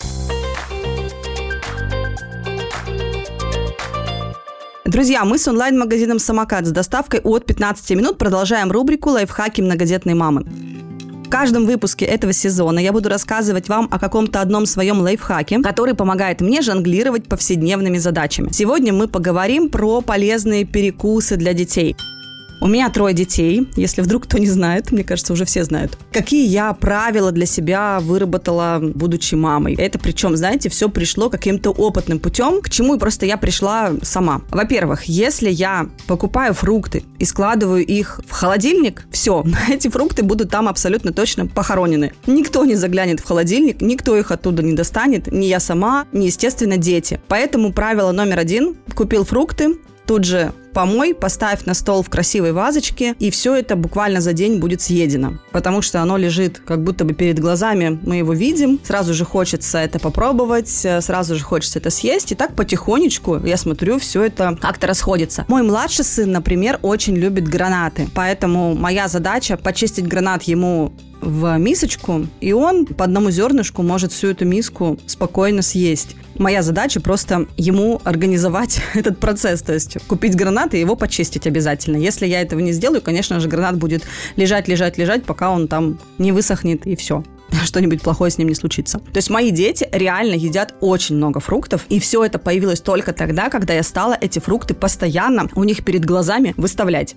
Друзья, мы с онлайн-магазином «Самокат» с доставкой от 15 минут продолжаем рубрику «Лайфхаки многодетной мамы». каждом выпуске этого сезона я буду рассказывать вам о каком-то одном своем лайфхаке, который помогает мне жонглировать повседневными задачами. Сегодня мы поговорим про полезные перекусы для детей. У меня 3 детей, если вдруг кто не знает, мне кажется, уже все знают. Какие я правила для себя выработала, будучи мамой. Это причем, знаете, все пришло каким-то опытным путем, к чему просто я пришла сама. Во-первых, если я покупаю фрукты и складываю их в холодильник, все, эти фрукты будут там абсолютно точно похоронены. Никто не заглянет в холодильник, никто их оттуда не достанет, ни я сама, ни, естественно, дети. Поэтому правило номер 1: купил фрукты, тут же помой, поставь на стол в красивой вазочке, и все это буквально за день будет съедено. Потому что оно лежит как будто бы перед глазами, мы его видим, сразу же хочется это попробовать, сразу же хочется это съесть, и так потихонечку, я смотрю, все это как-то расходится. Мой младший сын, например, очень любит гранаты, поэтому моя задача почистить гранат ему в мисочку, и он по одному зернышку может всю эту миску спокойно съесть. Моя задача просто ему организовать этот процесс, то есть купить гранат и его почистить обязательно. Если я этого не сделаю, конечно же, гранат будет лежать, пока он там не высохнет, и все. Что-нибудь плохое с ним не случится. То есть мои дети реально едят очень много фруктов, и все это появилось только тогда, когда я стала эти фрукты постоянно у них перед глазами выставлять.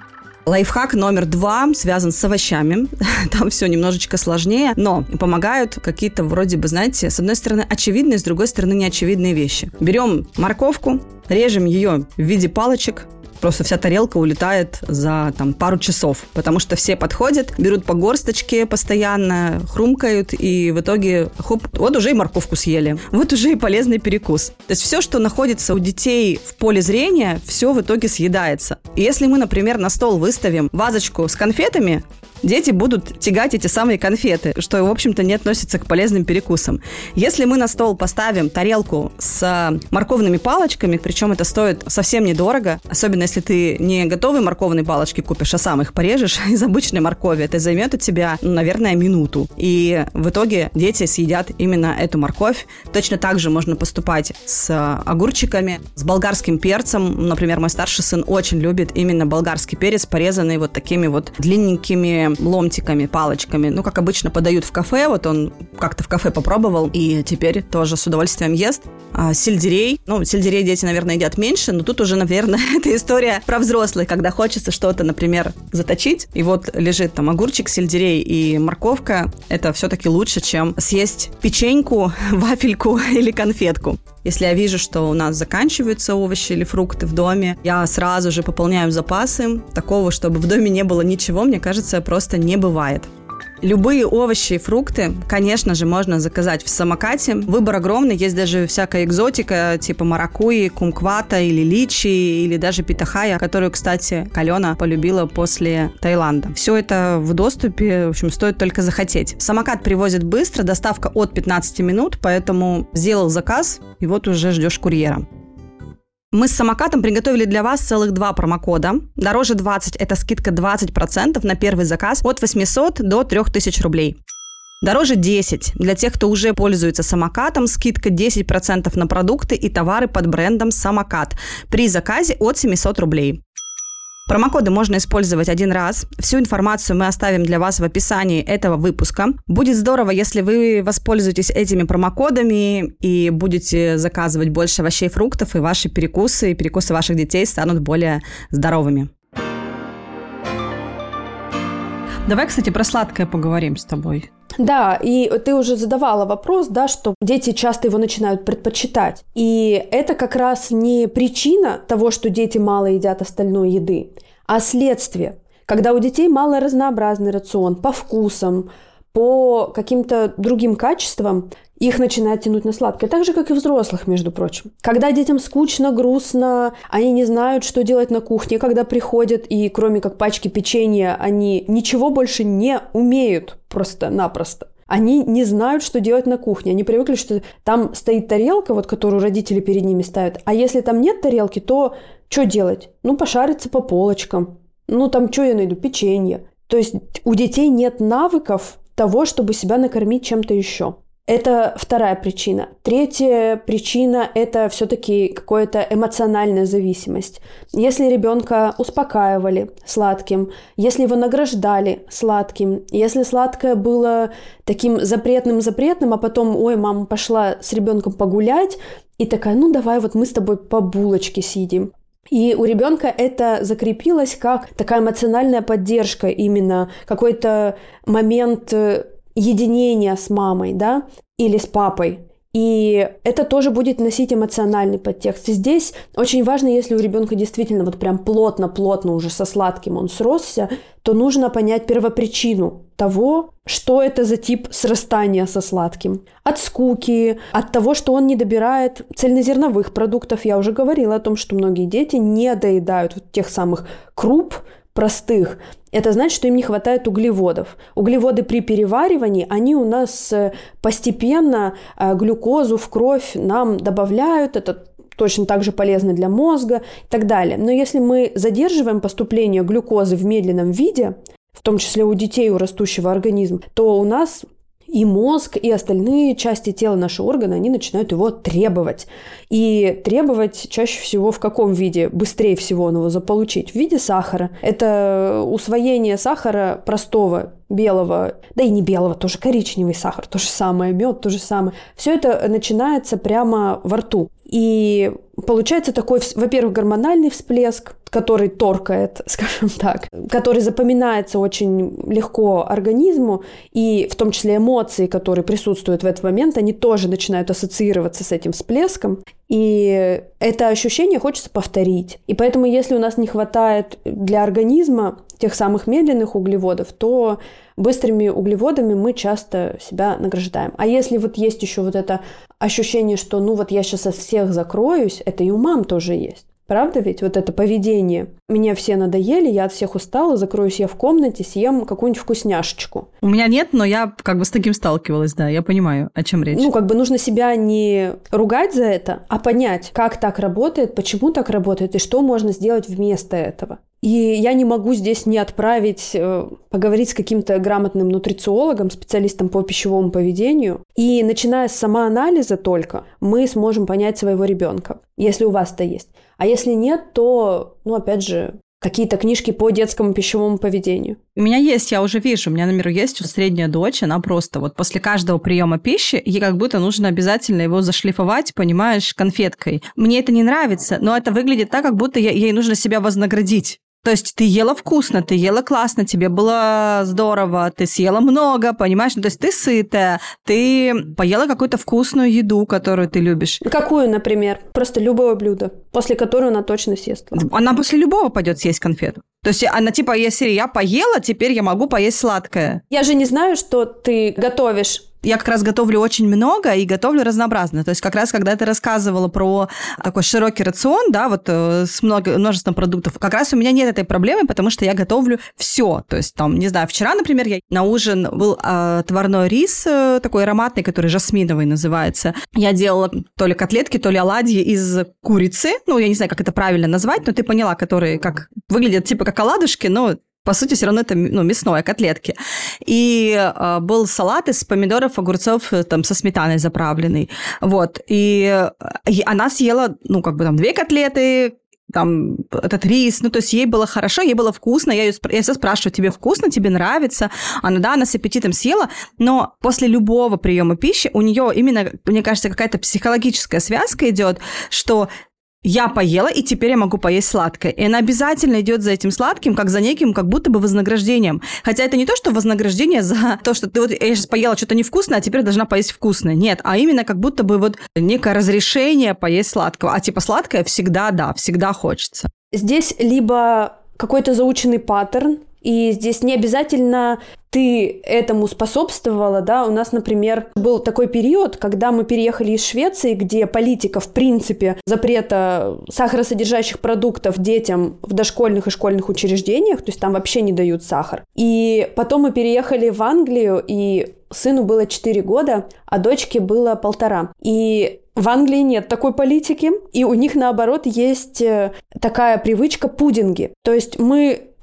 Лайфхак номер 2 связан с овощами. Там все немножечко сложнее, но помогают какие-то вроде бы, знаете, с одной стороны очевидные, с другой стороны неочевидные вещи. Берем морковку, режем ее в виде палочек. Просто вся тарелка улетает за пару часов, потому что все подходят, берут по горсточке постоянно, хрумкают, и в итоге, вот уже и морковку съели, вот уже и полезный перекус. То есть все, что находится у детей в поле зрения, все в итоге съедается. И если мы, например, на стол выставим вазочку с конфетами, дети будут тягать эти самые конфеты, что, в общем-то, не относится к полезным перекусам. Если мы на стол поставим тарелку с морковными палочками, причем это стоит совсем недорого, особенно если ты не готовые морковные палочки купишь, а сам их порежешь из обычной моркови, это займет у тебя, наверное, минуту. И в итоге дети съедят именно эту морковь. Точно так же можно поступать с огурчиками, с болгарским перцем. Например, мой старший сын очень любит именно болгарский перец, порезанный вот такими вот длинненькими ломтиками, палочками. Ну, как обычно подают в кафе. Вот он как-то в кафе попробовал и теперь тоже с удовольствием ест. Сельдерей. Ну, сельдерей дети, наверное, едят меньше, но тут уже, наверное, это история про взрослых, когда хочется что-то, например, заточить, и вот лежит там огурчик, сельдерей и морковка. Это все-таки лучше, чем съесть печеньку, вафельку или конфетку. Если я вижу, что у нас заканчиваются овощи или фрукты в доме, я сразу же пополняю запасы. Такого, чтобы в доме не было ничего, мне кажется, просто не бывает. Любые овощи и фрукты, конечно же, можно заказать в самокате. Выбор огромный, есть даже всякая экзотика, типа маракуйи, кумквата или личи, или даже питахая, которую, кстати, Алена полюбила после Таиланда. Все это в доступе, в общем, стоит только захотеть. Самокат привозят быстро, доставка от 15 минут, поэтому сделал заказ, и вот уже ждешь курьера. Мы с самокатом приготовили для вас целых 2 промокода. Дороже 20 – это скидка 20% на первый заказ от 800 до 3000 рублей. Дороже 10 для тех, кто уже пользуется самокатом, скидка 10% на продукты и товары под брендом «Самокат» при заказе от 700 рублей. Промокоды можно использовать один раз. Всю информацию мы оставим для вас в описании этого выпуска. Будет здорово, если вы воспользуетесь этими промокодами и будете заказывать больше овощей и фруктов, и ваши перекусы, и перекусы ваших детей станут более здоровыми. Давай, кстати, про сладкое поговорим с тобой. Да, и ты уже задавала вопрос, да, что дети часто его начинают предпочитать. И это как раз не причина того, что дети мало едят остальной еды, а следствие. Когда у детей мало разнообразный рацион по вкусам, по каким-то другим качествам, их начинает тянуть на сладкое. Так же, как и взрослых, между прочим. Когда детям скучно, грустно, они не знают, что делать на кухне, когда приходят, и кроме как пачки печенья, они ничего больше не умеют просто-напросто. Они не знают, что делать на кухне. Они привыкли, что там стоит тарелка, вот, которую родители перед ними ставят. А если там нет тарелки, то что делать? Ну, пошариться по полочкам. Ну, там что я найду? Печенье. То есть у детей нет навыков того, чтобы себя накормить чем-то еще. Это вторая причина. Третья причина – это все-таки какая-то эмоциональная зависимость. Если ребенка успокаивали сладким, если его награждали сладким, если сладкое было таким запретным, а потом, ой, мама пошла с ребенком погулять, и такая, ну давай вот мы с тобой по булочке съедим. И у ребенка это закрепилось как такая эмоциональная поддержка, именно какой-то момент единения с мамой, да, или с папой. И это тоже будет носить эмоциональный подтекст. И здесь очень важно, если у ребенка действительно вот прям плотно уже со сладким он сросся, то нужно понять первопричину того, что это за тип срастания со сладким. От скуки, от того, что он не добирает цельнозерновых продуктов. Я уже говорила о том, что многие дети не доедают вот тех самых круп простых. Это значит, что им не хватает углеводов. Углеводы при переваривании, они у нас постепенно глюкозу в кровь нам добавляют. Это точно так же полезно для мозга и так далее. Но если мы задерживаем поступление глюкозы в медленном виде, в том числе у детей, у растущего организма, то у нас и мозг, и остальные части тела, наши органы, они начинают его требовать. И требовать чаще всего в каком виде? Быстрее всего он его заполучить. В виде сахара. Это усвоение сахара простого, белого, да и не белого, тоже коричневый сахар, то же самое, мед, то же самое. Все это начинается прямо во рту. И получается такой, во-первых, гормональный всплеск, который торкает, скажем так, который запоминается очень легко организму, и в том числе эмоции, которые присутствуют в этот момент, они тоже начинают ассоциироваться с этим всплеском. И это ощущение хочется повторить. И поэтому, если у нас не хватает для организма тех самых медленных углеводов, то быстрыми углеводами мы часто себя награждаем. А если вот есть еще вот это ощущение, что ну вот я сейчас от всех закроюсь, это и у мам тоже есть. Правда ведь? Вот это поведение. Меня все надоели, я от всех устала, закроюсь я в комнате, съем какую-нибудь вкусняшечку. У меня нет, но я как бы с таким сталкивалась, да, я понимаю, о чем речь. Ну, как бы нужно себя не ругать за это, а понять, как так работает, почему так работает и что можно сделать вместо этого. И я не могу здесь не отправить, поговорить с каким-то грамотным нутрициологом, специалистом по пищевому поведению. И начиная с самоанализа только, мы сможем понять своего ребенка, если у вас это есть. А если нет, то, ну, опять же, какие-то книжки по детскому пищевому поведению. У меня есть, я уже вижу, у меня, например, есть средняя дочь, она просто вот после каждого приема пищи, ей как будто нужно обязательно его зашлифовать, понимаешь, конфеткой. Мне это не нравится, но это выглядит так, как будто ей нужно себя вознаградить. То есть ты ела вкусно, ты ела классно, тебе было здорово, ты съела много, понимаешь? Ну, то есть ты сытая, ты поела какую-то вкусную еду, которую ты любишь. Какую, например? Просто любое блюдо, после которого она точно съест. Она после любого пойдет съесть конфету. То есть она типа, если я поела, теперь я могу поесть сладкое. Я же не знаю, что ты готовишь. Я как раз готовлю очень много и готовлю разнообразно. То есть как раз, когда ты рассказывала про такой широкий рацион, да, вот с множеством продуктов, как раз у меня нет этой проблемы, потому что я готовлю все. То есть там, не знаю, вчера, например, я на ужин был отварной рис такой ароматный, который жасминовый называется. Я делала то ли котлетки, то ли оладьи из курицы. Ну, я не знаю, как это правильно назвать, но ты поняла, которые как выглядят типа как оладушки, но по сути, все равно это мясное, котлетки. И был салат из помидоров, огурцов там, со сметаной заправленный. Вот. И она съела, ну, как бы там 2 котлеты, там, этот рис, ну, то есть ей было хорошо, ей было вкусно, я все спрашиваю, тебе вкусно, тебе нравится? Она с аппетитом съела, но после любого приема пищи у нее именно, мне кажется, какая-то психологическая связка идет, что я поела, и теперь я могу поесть сладкое. И она обязательно идет за этим сладким, как за неким, как будто бы вознаграждением. Хотя это не то, что вознаграждение за то, что ты вот, я сейчас поела что-то невкусное, а теперь должна поесть вкусное. Нет, а именно как будто бы вот некое разрешение поесть сладкого. А типа сладкое всегда, да, всегда хочется. Здесь либо какой-то заученный паттерн, и здесь не обязательно ты этому способствовала, да, у нас, например, был такой период, когда мы переехали из Швеции, где политика, в принципе, запрета сахаросодержащих продуктов детям в дошкольных и школьных учреждениях, то есть там вообще не дают сахар. И потом мы переехали в Англию, и сыну было 4 года, а дочке было 1,5. И в Англии нет такой политики, и у них, наоборот, есть такая привычка пудинги. То есть мы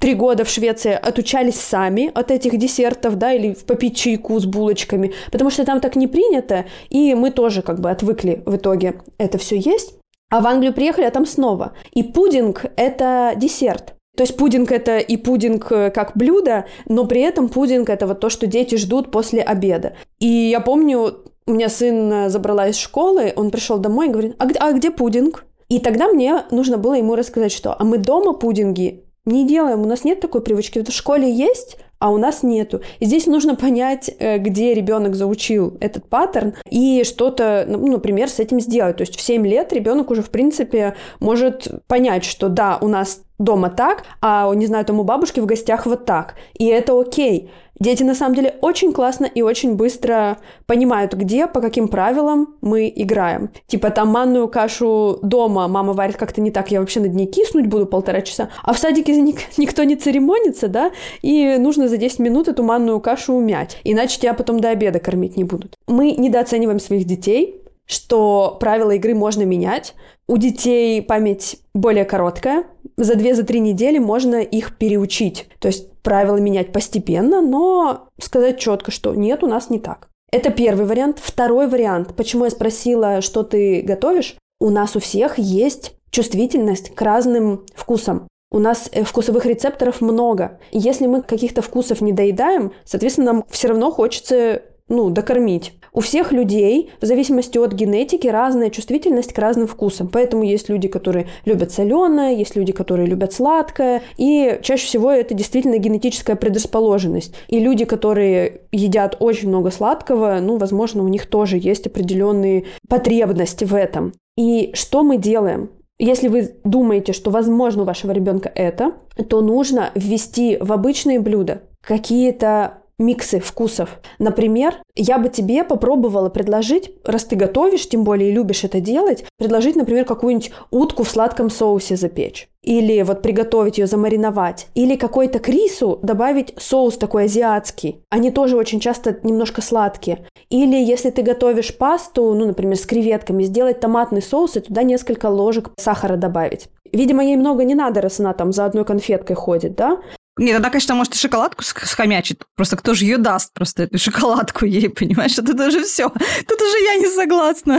3 года в Швеции отучались сами от этих десертов, да, или попить чайку с булочками, потому что там так не принято, и мы тоже как бы отвыкли в итоге это все есть. А в Англию приехали, а там снова. И пудинг – это десерт. То есть пудинг – это и пудинг как блюдо, но при этом пудинг – это вот то, что дети ждут после обеда. И я помню, у меня сын забрала из школы, он пришел домой и говорит: а где пудинг? И тогда мне нужно было ему рассказать, что мы дома пудинги не делаем, у нас нет такой привычки. В школе есть, а у нас нету. И здесь нужно понять, где ребенок заучил этот паттерн и что-то, например, с этим сделать. То есть в 7 лет ребенок уже, в принципе, может понять, что да, у нас дома так, а, не знаю, там у бабушки в гостях вот так. И это окей. Дети, на самом деле, очень классно и очень быстро понимают, где, по каким правилам мы играем. Типа там манную кашу дома мама варит как-то не так, я вообще над ней киснуть буду 1,5 часа, а в садике никто не церемонится, да, и нужно за 10 минут эту манную кашу умять, иначе тебя потом до обеда кормить не будут. Мы недооцениваем своих детей, что правила игры можно менять. У детей память более короткая. За 2-3 недели можно их переучить. То есть правила менять постепенно, но сказать четко, что нет, у нас не так. Это первый вариант. Второй вариант. Почему я спросила, что ты готовишь? У нас у всех есть чувствительность к разным вкусам. У нас вкусовых рецепторов много. И если мы каких-то вкусов не доедаем, соответственно, нам все равно хочется докормить. У всех людей, в зависимости от генетики, разная чувствительность к разным вкусам. Поэтому есть люди, которые любят соленое, есть люди, которые любят сладкое. И чаще всего это действительно генетическая предрасположенность. И люди, которые едят очень много сладкого, возможно, у них тоже есть определенные потребности в этом. И что мы делаем? Если вы думаете, что возможно у вашего ребенка это, то нужно ввести в обычные блюда какие-то миксы вкусов. Например, я бы тебе попробовала предложить, раз ты готовишь, тем более и любишь это делать, предложить, например, какую-нибудь утку в сладком соусе запечь. Или приготовить ее, замариновать. Или какой-то к рису добавить соус такой азиатский. Они тоже очень часто немножко сладкие. Или если ты готовишь пасту, например, с креветками, сделать томатный соус и туда несколько ложек сахара добавить. Видимо, ей много не надо, раз она там за одной конфеткой ходит, да? Нет, тогда, конечно, может, и шоколадку схомячит. Просто кто же ее даст, просто эту шоколадку ей, понимаешь? Это уже все. Тут уже я не согласна.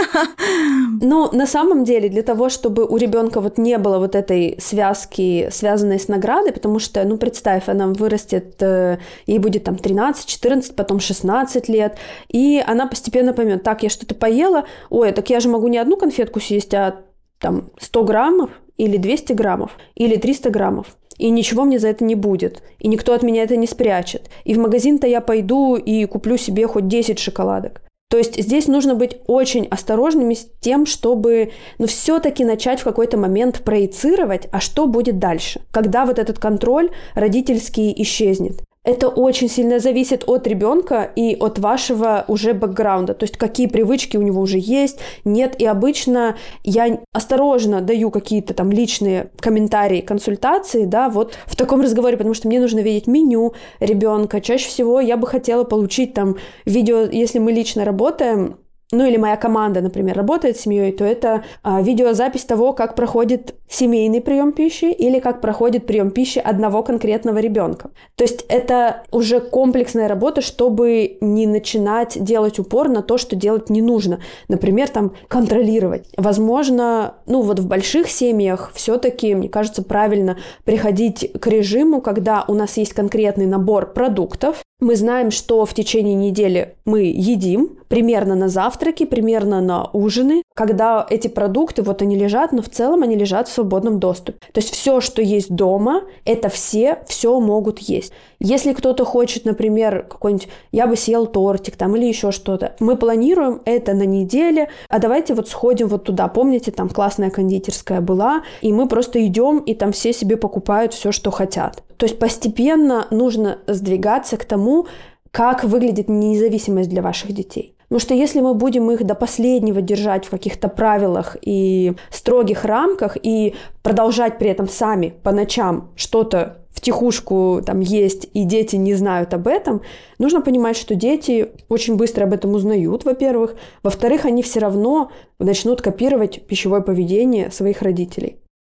На самом деле, для того, чтобы у ребенка не было этой связки, связанной с наградой, потому что, представь, она вырастет, ей будет там 13-14, потом 16 лет, и она постепенно поймет: так, я что-то поела, так я же могу не одну конфетку съесть, а там 100 граммов, или 200 граммов, или 300 граммов. И ничего мне за это не будет. И никто от меня это не спрячет. И в магазин-то я пойду и куплю себе хоть 10 шоколадок. То есть здесь нужно быть очень осторожными с тем, чтобы все-таки начать в какой-то момент проецировать, а что будет дальше, когда этот контроль родительский исчезнет. Это очень сильно зависит от ребенка и от вашего уже бэкграунда, то есть какие привычки у него уже есть, нет. И обычно я осторожно даю какие-то там личные комментарии, консультации, да, в таком разговоре, потому что мне нужно видеть меню ребенка. Чаще всего я бы хотела получить там видео, если мы лично работаем, или моя команда, например, работает с семьей, то это видеозапись того, как проходит семейный прием пищи или как проходит прием пищи одного конкретного ребенка. То есть это уже комплексная работа, чтобы не начинать делать упор на то, что делать не нужно. Например, там контролировать. Возможно, в больших семьях все-таки, мне кажется, правильно приходить к режиму, когда у нас есть конкретный набор продуктов. Мы знаем, что в течение недели мы едим, примерно на завтраки, примерно на ужины, когда эти продукты, они лежат, но в целом они лежат в свободном доступе. То есть все, что есть дома, это все могут есть. Если кто-то хочет, например, какой-нибудь, я бы съел тортик там или еще что-то, мы планируем это на неделе, а давайте сходим туда. Помните, там классная кондитерская была, и мы просто идем, и там все себе покупают все, что хотят. То есть постепенно нужно сдвигаться к тому, как выглядит независимость для ваших детей. Потому что если мы будем их до последнего держать в каких-то правилах и строгих рамках и продолжать при этом сами по ночам что-то втихушку там есть, и дети не знают об этом, нужно понимать, что дети очень быстро об этом узнают, во-первых. Во-вторых, они все равно начнут копировать пищевое поведение своих родителей.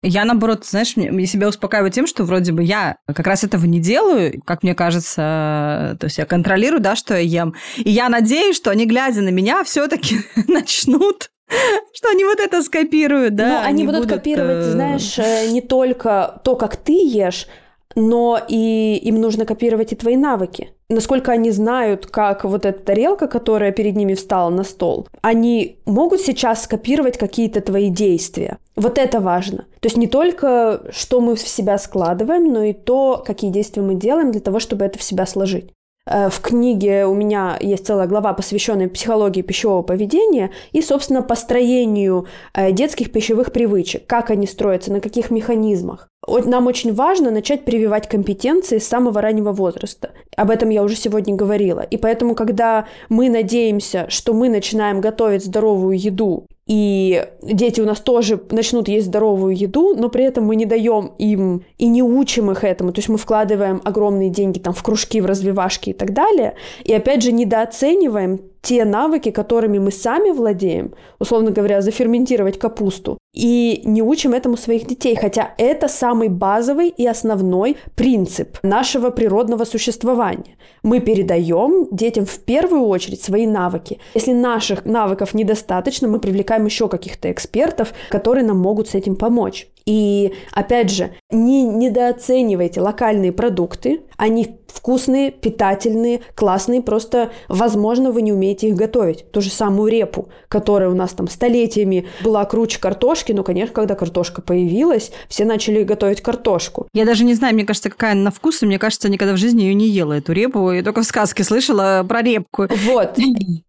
Я, наоборот, знаешь, я себя успокаиваю тем, что вроде бы я как раз этого не делаю, как мне кажется, то есть я контролирую, да, что я ем. И я надеюсь, что они, глядя на меня, все-таки начнут, что они вот это скопируют, да. Но они будут копировать, знаешь, не только то, как ты ешь, но и им нужно копировать и твои навыки. Насколько они знают, как вот эта тарелка, которая перед ними встала на стол, они могут сейчас скопировать какие-то твои действия. Вот это важно. То есть не только, что мы в себя складываем, но и то, какие действия мы делаем для того, чтобы это в себя сложить. В книге у меня есть целая глава, посвященная психологии пищевого поведения и, собственно, построению детских пищевых привычек, как они строятся, на каких механизмах. Нам очень важно начать прививать компетенции с самого раннего возраста. Об этом я уже сегодня говорила. И поэтому, когда мы надеемся, что мы начинаем готовить здоровую еду, и дети у нас тоже начнут есть здоровую еду, но при этом мы не даем им и не учим их этому. То есть мы вкладываем огромные деньги там, в кружки, в развивашки и так далее. И опять же недооцениваем те навыки, которыми мы сами владеем, условно говоря, заферментировать капусту, и не учим этому своих детей, хотя это самый базовый и основной принцип нашего природного существования. Мы передаем детям в первую очередь свои навыки. Если наших навыков недостаточно, мы привлекаем еще каких-то экспертов, которые нам могут с этим помочь. И, опять же, не недооценивайте локальные продукты. Они вкусные, питательные, классные, просто, возможно, вы не умеете их готовить. Ту же самую репу, которая у нас там столетиями была круче картошки, но, конечно, когда картошка появилась, все начали готовить картошку. Я даже не знаю, мне кажется, какая она на вкус, и мне кажется, я никогда в жизни ее не ела, эту репу. Я только в сказке слышала про репку. Вот.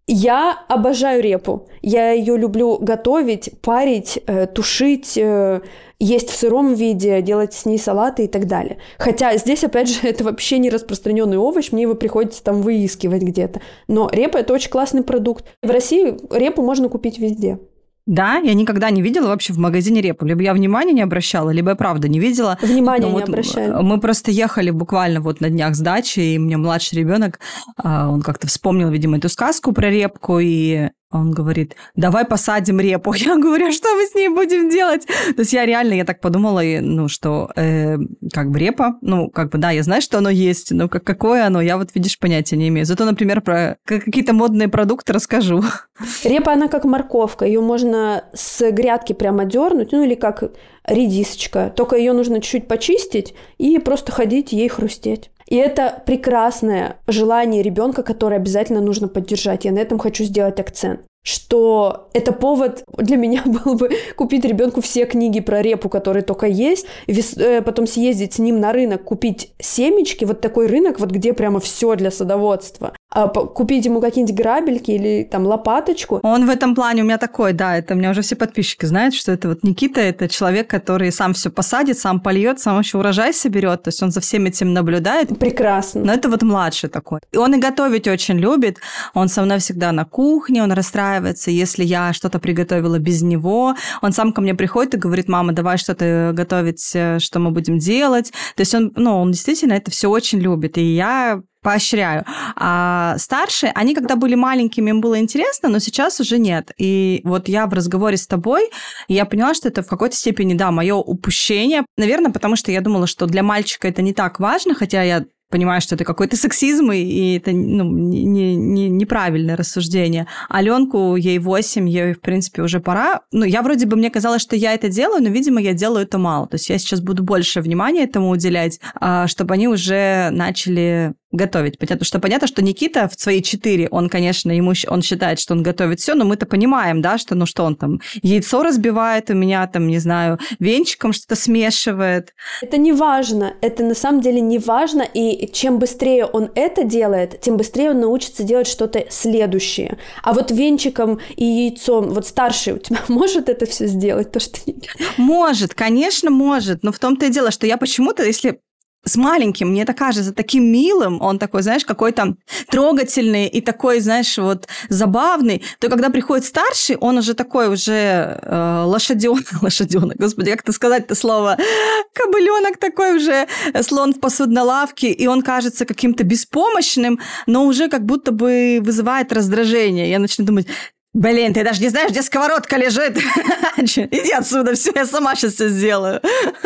Я обожаю репу. Я ее люблю готовить, парить, тушить, есть в сыром виде, делать с ней салаты и так далее. Хотя здесь, опять же, это вообще не распространенный овощ, мне его приходится там выискивать где-то. Но репа – это очень классный продукт. В России репу можно купить везде. Да, я никогда не видела вообще в магазине репу. Либо я внимания не обращала, либо я правда не видела. Внимания не обращаю. Мы просто ехали буквально вот на днях с дачи, и у меня младший ребенок, он как-то вспомнил, видимо, эту сказку про репку, и он говорит, давай посадим репу. Я говорю, что мы с ней будем делать? То есть я так подумала, что как бы репа, да, я знаю, что оно есть, но какое оно, я вот, видишь, понятия не имею. Зато, например, про какие-то модные продукты расскажу. Репа, она как морковка, ее можно с грядки прямо дернуть, или как редисочка, только ее нужно чуть-чуть почистить и просто ходить ей хрустеть. И это прекрасное желание ребенка, которое обязательно нужно поддержать. Я на этом хочу сделать акцент. Что это повод для меня был бы купить ребенку все книги про репу, которые только есть, потом съездить с ним на рынок, купить семечки, вот такой рынок, вот где прямо все для садоводства, купить ему какие-нибудь грабельки или там лопаточку. Он в этом плане у меня такой, да, это у меня уже все подписчики знают, что это вот Никита, это человек, который сам все посадит, сам польет, сам еще урожай соберет, то есть он за всем этим наблюдает. Прекрасно. Но это вот младший такой. И он и готовить очень любит, он со мной всегда на кухне, он расстраивается, если я что-то приготовила без него. Он сам ко мне приходит и говорит, мама, давай что-то готовить, что мы будем делать. То есть он действительно это все очень любит, и я поощряю. А старшие, они когда были маленькими, им было интересно, но сейчас уже нет. И вот я в разговоре с тобой, я поняла, что это в какой-то степени, да, мое упущение. Наверное, потому что я думала, что для мальчика это не так важно, хотя я понимаю, что это какой-то сексизм, и это неправильное рассуждение. Аленку, ей 8, ей, в принципе, уже пора. Я вроде бы, мне казалось, что я это делаю, но, видимо, я делаю это мало. То есть я сейчас буду больше внимания этому уделять, чтобы они уже начали готовить. Понятно, что Никита в свои 4, он, конечно, он считает, что он готовит все, но мы-то понимаем, да, что, что он там яйцо разбивает у меня, там, не знаю, венчиком что-то смешивает. Это не важно, это на самом деле не важно, и чем быстрее он это делает, тем быстрее он научится делать что-то следующее. А вот венчиком и яйцом, вот старший у тебя может это все сделать, то, что... Может, конечно, может, но в том-то и дело, что я почему-то, если... С маленьким, мне это кажется таким милым, он такой, знаешь, какой-то трогательный и такой, знаешь, вот забавный, то когда приходит старший, он уже такой лошаденок, господи, как это сказать-то слово, кобыленок такой уже, слон в посудной лавке, и он кажется каким-то беспомощным, но уже как будто бы вызывает раздражение. Я начну думать, Блин, ты даже не знаешь, где сковородка лежит. Иди отсюда, все, я сама сейчас все сделаю.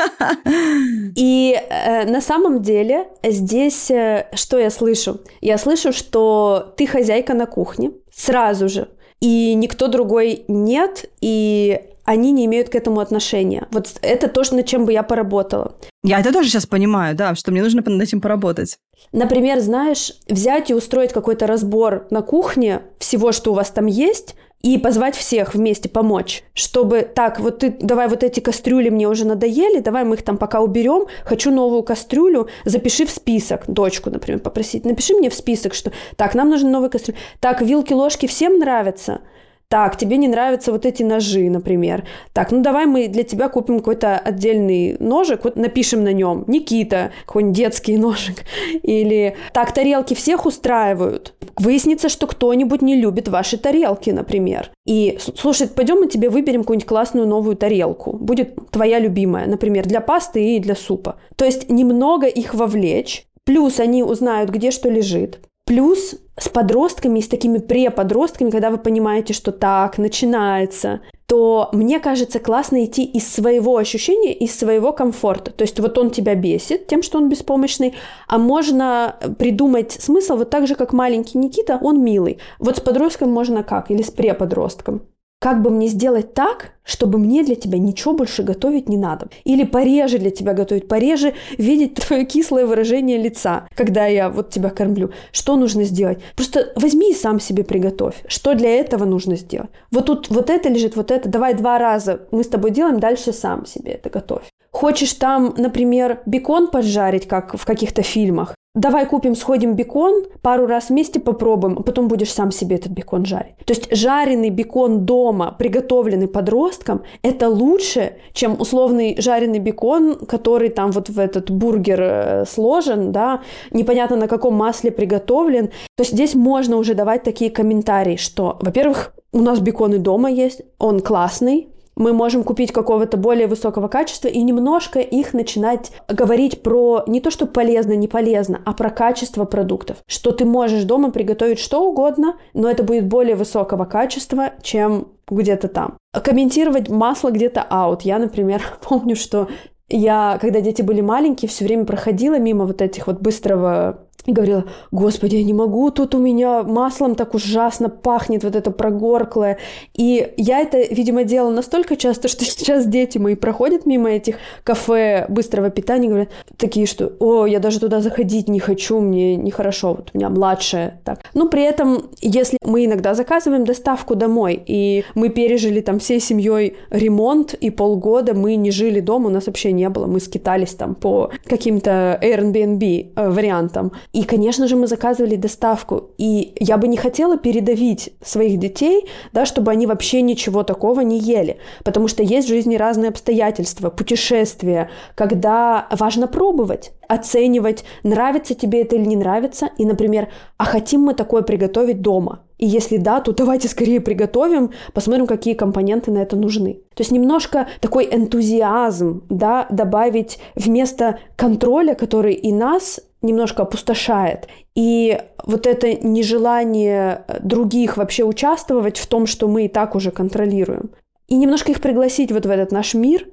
И на самом деле здесь что я слышу? Я слышу, что ты хозяйка на кухне сразу же, и никто другой нет, и они не имеют к этому отношения. Вот это то, над чем бы я поработала. Я это тоже сейчас понимаю, да, что мне нужно над этим поработать. Например, знаешь, взять и устроить какой-то разбор на кухне всего, что у вас там есть, и позвать всех вместе помочь, чтобы так, вот ты, давай вот эти кастрюли мне уже надоели, давай мы их там пока уберем, хочу новую кастрюлю, запиши в список, дочку, например, попросить, напиши мне в список, что так, нам нужны новые кастрюли, так, вилки, ложки всем нравятся, так, тебе не нравятся вот эти ножи, например. Так, ну давай мы для тебя купим какой-то отдельный ножик, вот напишем на нем Никита, какой-нибудь детский ножик. Или так, тарелки всех устраивают. Выяснится, что кто-нибудь не любит ваши тарелки, например. И, слушай, пойдем мы тебе выберем какую-нибудь классную новую тарелку. Будет твоя любимая, например, для пасты и для супа. То есть немного их вовлечь, плюс они узнают, где что лежит. Плюс с подростками, с такими преподростками, когда вы понимаете, что так начинается, то, мне кажется, классно идти из своего ощущения, из своего комфорта. То есть вот он тебя бесит тем, что он беспомощный, а можно придумать смысл вот так же, как маленький Никита, он милый. Вот с подростком можно как? Или с преподростком? Как бы мне сделать так, чтобы мне для тебя ничего больше готовить не надо? Или пореже для тебя готовить, пореже видеть твое кислое выражение лица, когда я вот тебя кормлю. Что нужно сделать? Просто возьми и сам себе приготовь. Что для этого нужно сделать? Вот тут вот это лежит, вот это. Давай 2 раза мы с тобой делаем, дальше сам себе это готовь. Хочешь там, например, бекон поджарить, как в каких-то фильмах? Давай купим, сходим бекон, пару раз вместе попробуем, а потом будешь сам себе этот бекон жарить. То есть жареный бекон дома, приготовленный подростком, это лучше, чем условный жареный бекон, который там вот в этот бургер сложен, да, непонятно на каком масле приготовлен. То есть здесь можно уже давать такие комментарии, что, во-первых, у нас бекон и дома есть, он классный, мы можем купить какого-то более высокого качества и немножко их начинать говорить про не то, что полезно, не полезно, а про качество продуктов. Что ты можешь дома приготовить что угодно, но это будет более высокого качества, чем где-то там. Комментировать масло где-то аут. Я, например, помню, что я, когда дети были маленькие, все время проходила мимо вот этих вот быстрого... И говорила: Господи, я не могу, тут у меня маслом так ужасно пахнет, вот это прогорклое. И я это, видимо, делала настолько часто, что сейчас дети мои проходят мимо этих кафе быстрого питания и говорят такие, что: о, я даже туда заходить не хочу, мне нехорошо, вот у меня младшая так. Но при этом, если мы иногда заказываем доставку домой, и мы пережили там всей семьей ремонт, и полгода мы не жили дома, у нас вообще не было, мы скитались там по каким-то Airbnb вариантам. И, конечно же, мы заказывали доставку. И я бы не хотела передавить своих детей, да, чтобы они вообще ничего такого не ели. Потому что есть в жизни разные обстоятельства, путешествия, когда важно пробовать, оценивать, нравится тебе это или не нравится. И, например, а хотим мы такое приготовить дома? И если да, то давайте скорее приготовим, посмотрим, какие компоненты на это нужны. То есть немножко такой энтузиазм, да, добавить вместо контроля, который и нас немножко опустошает. И вот это нежелание других вообще участвовать в том, что мы и так уже контролируем. И немножко их пригласить вот в этот наш мир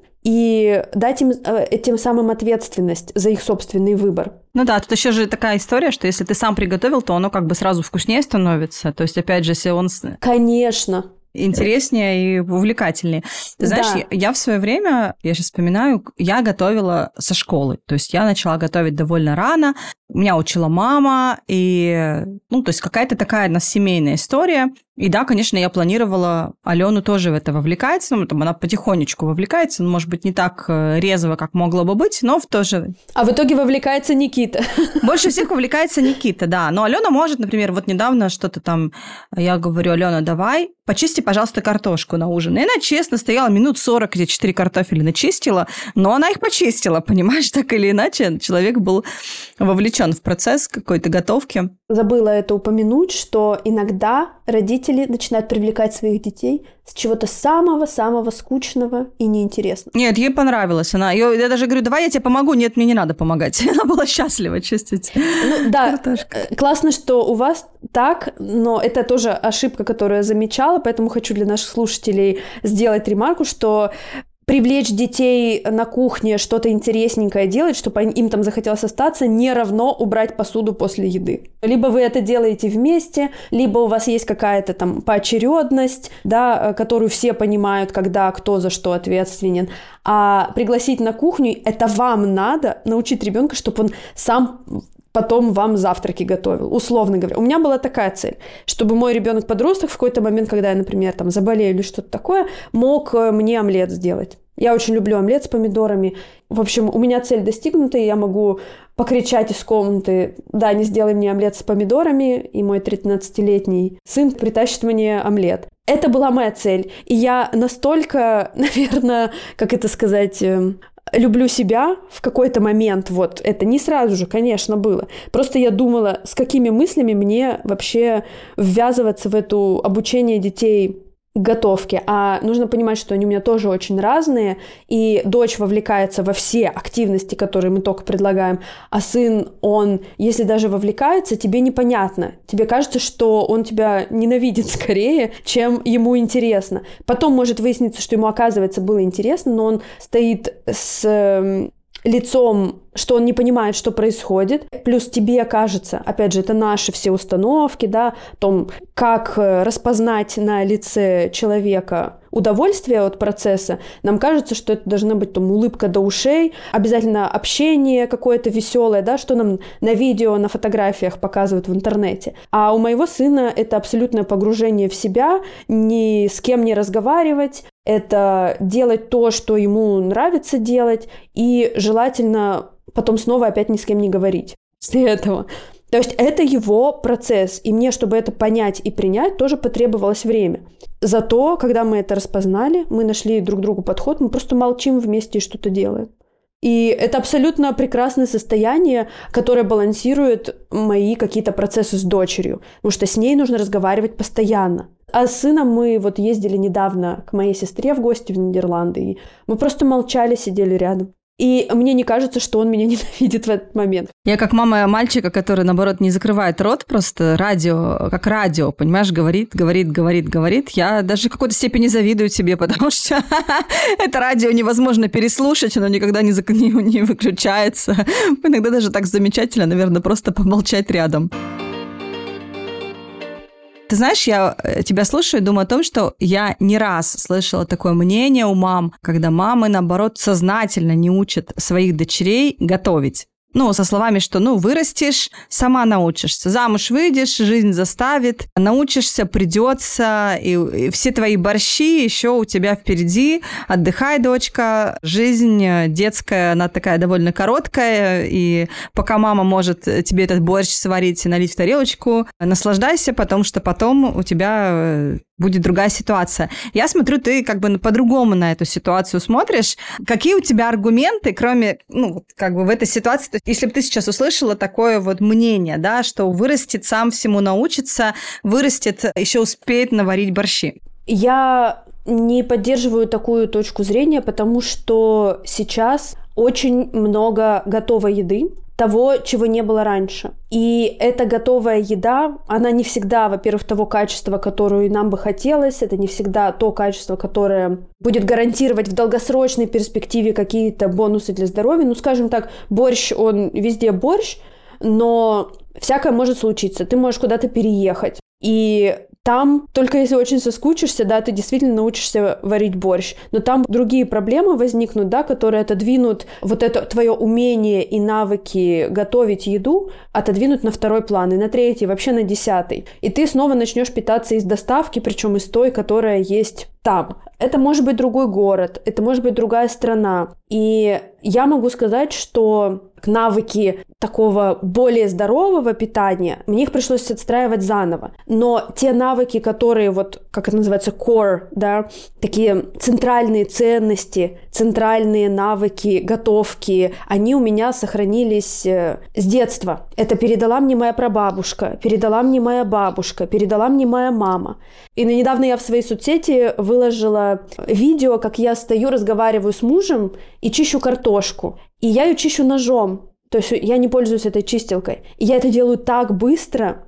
и дать им тем самым ответственность за их собственный выбор. Ну да, тут еще же такая история, что если ты сам приготовил, то оно как бы сразу вкуснее становится. То есть, опять же, если он... Конечно. Интереснее и увлекательнее. Ты знаешь, Да. я в свое время, я сейчас вспоминаю, я готовила со школы. То есть я начала готовить довольно рано. Меня учила мама, и, ну, то есть какая-то такая у нас семейная история. И да, конечно, я планировала Алену тоже в это вовлекать. Ну, там она потихонечку вовлекается, ну, может быть, не так резво, как могло бы быть, но в то же... А в итоге вовлекается Никита. Больше всех вовлекается Никита, да. Но Алена может, например, вот недавно что-то там... Я говорю: Алена, давай, почисти, пожалуйста, картошку на ужин. И она честно стояла минут 40, где 4 картофеля начистила, но она их почистила, понимаешь, так или иначе. Человек был вовлечен в процесс какой-то готовки. Забыла это упомянуть, что иногда родители родители начинают привлекать своих детей с чего-то самого-самого скучного и неинтересного. Нет, ей понравилось. Я даже говорю, давай я тебе помогу. Нет, мне не надо помогать. Она была счастлива, чувствуете. Ну да, классно, что у вас так, но это тоже ошибка, которую я замечала, поэтому хочу для наших слушателей сделать ремарку, что привлечь детей на кухне, что-то интересненькое делать, чтобы им там захотелось остаться, не равно убрать посуду после еды. Либо вы это делаете вместе, либо у вас есть какая-то там поочередность, да, которую все понимают, когда кто за что ответственен. А пригласить на кухню — это вам надо научить ребенка, чтобы он сам потом вам завтраки готовил, условно говоря. У меня была такая цель, чтобы мой ребенок-подросток в какой-то момент, когда я, например, там заболею или что-то такое, мог мне омлет сделать. Я очень люблю омлет с помидорами. В общем, у меня цель достигнута, и я могу покричать из комнаты: да, не сделай мне омлет с помидорами, и мой 13-летний сын притащит мне омлет. Это была моя цель. И я настолько, наверное, как это сказать, люблю себя в какой-то момент. Вот это не сразу же, конечно, было. Просто я думала, с какими мыслями мне вообще ввязываться в это обучение детей к готовке. А нужно понимать, что они у меня тоже очень разные, и дочь вовлекается во все активности, которые мы только предлагаем, а сын, он, если даже вовлекается, тебе непонятно. Тебе кажется, что он тебя ненавидит скорее, чем ему интересно. Потом может выясниться, что ему, оказывается, было интересно, но он стоит с лицом, что он не понимает, что происходит. Плюс тебе кажется, опять же, это наши все установки, да, о том, как распознать на лице человека удовольствие от процесса. Нам кажется, что это должна быть там улыбка до ушей, обязательно общение какое-то веселое, да, что нам на видео, на фотографиях показывают в интернете. А у моего сына это абсолютное погружение в себя, ни с кем не разговаривать, это делать то, что ему нравится делать, и желательно потом снова опять ни с кем не говорить после этого. То есть это его процесс, и мне, чтобы это понять и принять, тоже потребовалось время. Зато, когда мы это распознали, мы нашли друг другу подход, мы просто молчим вместе и что-то делаем. И это абсолютно прекрасное состояние, которое балансирует мои какие-то процессы с дочерью, потому что с ней нужно разговаривать постоянно. А с сыном мы вот ездили недавно к моей сестре в гости в Нидерланды, и мы просто молчали, сидели рядом. И мне не кажется, что он меня ненавидит в этот момент. Я как мама мальчика, который, наоборот, не закрывает рот, просто радио, как радио, понимаешь, говорит. Я даже в какой-то степени завидую тебе, потому что это радио невозможно переслушать, оно никогда не выключается. Иногда даже так замечательно, наверное, просто помолчать рядом. Ты знаешь, я тебя слушаю и думаю о том, что я не раз слышала такое мнение у мам, когда мамы, наоборот, сознательно не учат своих дочерей готовить. Со словами, что, вырастешь, сама научишься. Замуж выйдешь, жизнь заставит, научишься, придется, и все твои борщи еще у тебя впереди. Отдыхай, дочка. Жизнь детская, она такая довольно короткая, и пока мама может тебе этот борщ сварить и налить в тарелочку, наслаждайся, потому что потом у тебя будет другая ситуация. Я смотрю, ты как бы по-другому на эту ситуацию смотришь. Какие у тебя аргументы, кроме, в этой ситуации, то есть, если бы ты сейчас услышала такое вот мнение, да, что вырастет, сам всему научится, вырастет, еще успеет наварить борщи? Я не поддерживаю такую точку зрения, потому что сейчас очень много готовой еды, того, чего не было раньше. И эта готовая еда, она не всегда, во-первых, того качества, которое нам бы хотелось, это не всегда то качество, которое будет гарантировать в долгосрочной перспективе какие-то бонусы для здоровья. Скажем так, борщ, он везде борщ, но всякое может случиться. Ты можешь куда-то переехать, и там, только если очень соскучишься, да, ты действительно научишься варить борщ. Но там другие проблемы возникнут, да, которые отодвинут вот это твое умение и навыки готовить еду, отодвинут на второй план, и на третий, вообще на 10. И ты снова начнешь питаться из доставки, причем из той, которая есть там. Это может быть другой город, это может быть другая страна. И я могу сказать, что навыки такого более здорового питания, мне их пришлось отстраивать заново. Но те навыки, которые вот, как это называется, core, да, такие центральные ценности, центральные навыки готовки, они у меня сохранились с детства. Это передала мне моя прабабушка, передала мне моя бабушка, передала мне моя мама. И недавно я в своей соцсети выложила видео, как я стою, разговариваю с мужем и чищу картошку. И я ее чищу ножом. То есть я не пользуюсь этой чистилкой. И я это делаю так быстро,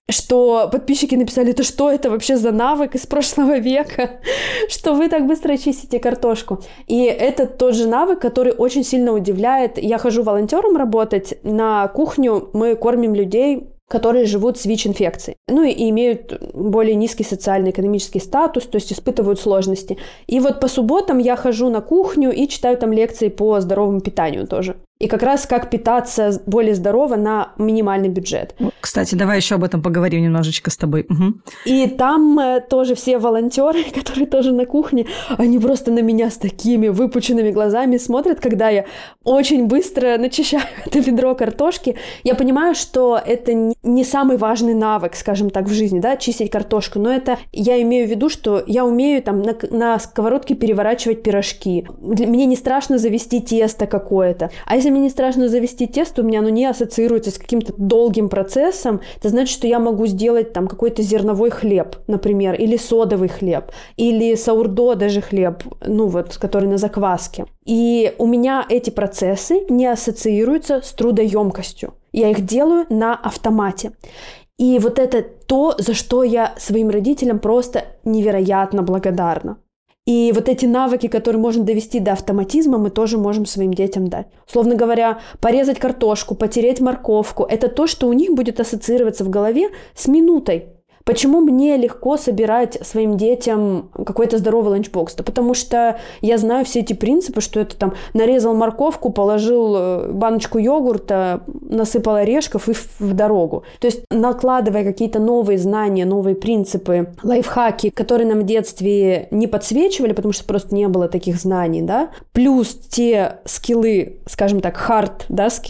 что подписчики написали: это что это вообще за навык из прошлого века, что вы так быстро чистите картошку. И это тот же навык, который очень сильно удивляет. Я хожу волонтером работать на кухню, мы кормим людей, которые живут с ВИЧ-инфекцией. Ну и имеют более низкий социально-экономический статус, то есть испытывают сложности. И вот по субботам я хожу на кухню и читаю там лекции по здоровому питанию тоже. И как раз как питаться более здорово на минимальный бюджет. Кстати, давай еще об этом поговорим немножечко с тобой. Угу. И там тоже все волонтеры, которые тоже на кухне, они просто на меня с такими выпученными глазами смотрят, когда я очень быстро начищаю это ведро картошки. Я понимаю, что это не самый важный навык, скажем так, в жизни, да, чистить картошку, но это я имею в виду, что я умею там на сковородке переворачивать пирожки. Мне не страшно завести тесто какое-то. А если мне не страшно завести тесто, у меня оно не ассоциируется с каким-то долгим процессом, это значит, что я могу сделать там какой-то зерновой хлеб, например, или содовый хлеб, или саурдо даже хлеб, ну вот, который на закваске. И у меня эти процессы не ассоциируются с трудоемкостью. Я их делаю на автомате. И вот это то, за что я своим родителям просто невероятно благодарна. И вот эти навыки, которые можно довести до автоматизма, мы тоже можем своим детям дать. Условно говоря, порезать картошку, потереть морковку – это то, что у них будет ассоциироваться в голове с минутой. Почему мне легко собирать своим детям какой-то здоровый ланчбокс? Да потому что я знаю все эти принципы, что это там нарезал морковку, положил баночку йогурта, насыпал орешков и в дорогу. То есть накладывая какие-то новые знания, новые принципы, лайфхаки, которые нам в детстве не подсвечивали, потому что просто не было таких знаний, да, плюс те скиллы, скажем так, hard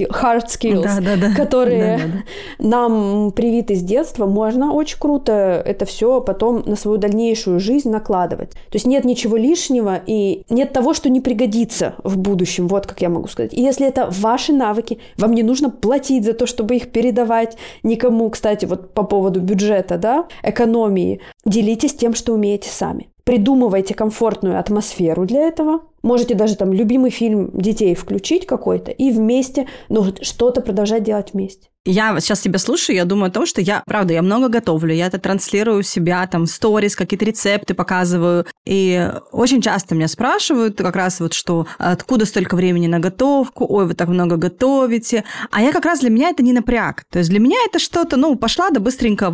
skills, которые нам привиты с детства, можно очень круто это все потом на свою дальнейшую жизнь накладывать. То есть нет ничего лишнего и нет того, что не пригодится в будущем, вот как я могу сказать. И если это ваши навыки, вам не нужно платить за то, чтобы их передавать никому, кстати, вот по поводу бюджета, да, экономии, делитесь тем, что умеете сами. Придумывайте комфортную атмосферу для этого. Можете даже там любимый фильм детей включить какой-то и вместе, что-то продолжать делать вместе. Я сейчас тебя слушаю, я думаю о том, что я много готовлю, я это транслирую у себя, там, сторис, какие-то рецепты показываю, и очень часто меня спрашивают как раз вот, что откуда столько времени на готовку, ой, вы так много готовите, а я как раз для меня это не напряг, то есть для меня это что-то, пошла да быстренько,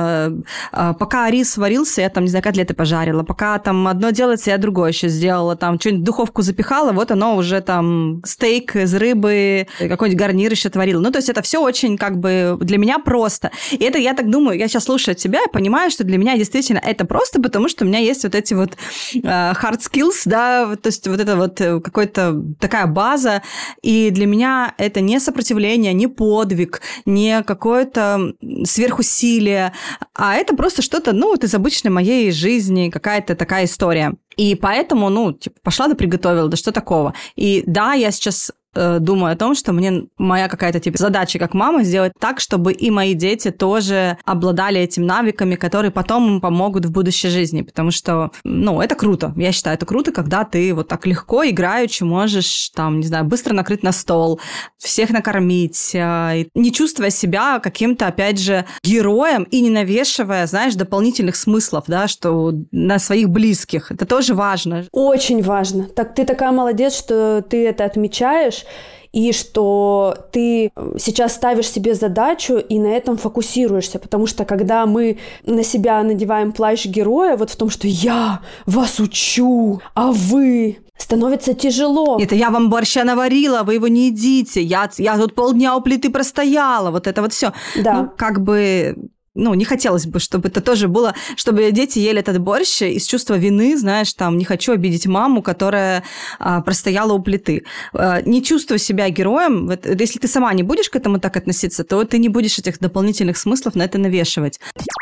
пока рис варился, я там, не знаю, котлеты пожарила, пока там одно делается, я другое еще сделала, там, что-нибудь в духовку запихала, вот оно уже там стейк из рыбы, какой-нибудь гарнир еще творила, то есть это все очень как бы для меня просто. И это, я так думаю, я сейчас слушаю тебя и понимаю, что для меня действительно это просто, потому что у меня есть вот эти вот hard skills, да, то есть вот это вот какая-то такая база, и для меня это не сопротивление, не подвиг, не какое-то сверхусилие, а это просто что-то, вот из обычной моей жизни, какая-то такая история. И поэтому, пошла да приготовила, да что такого. И да, я сейчас думаю о том, что мне моя какая-то задача как мама сделать так, чтобы и мои дети тоже обладали этими навыками, которые потом им помогут в будущей жизни, потому что, это круто. Я считаю, это круто, когда ты вот так легко, играючи можешь, там, не знаю, быстро накрыть на стол, всех накормить, не чувствуя себя каким-то, опять же, героем и не навешивая, знаешь, дополнительных смыслов, да, что на своих близких. Это тоже важно. Очень важно. Так ты такая молодец, что ты это отмечаешь, и что ты сейчас ставишь себе задачу и на этом фокусируешься, потому что когда мы на себя надеваем плащ героя, вот в том, что я вас учу, а вы... становится тяжело. Это я вам борща наварила, вы его не едите, я тут полдня у плиты простояла, вот это вот все. Да. не хотелось бы, чтобы это тоже было, чтобы дети ели этот борщ из чувства вины, знаешь, не хочу обидеть маму, которая простояла у плиты. Не чувствуя себя героем, если ты сама не будешь к этому так относиться, то ты не будешь этих дополнительных смыслов на это навешивать.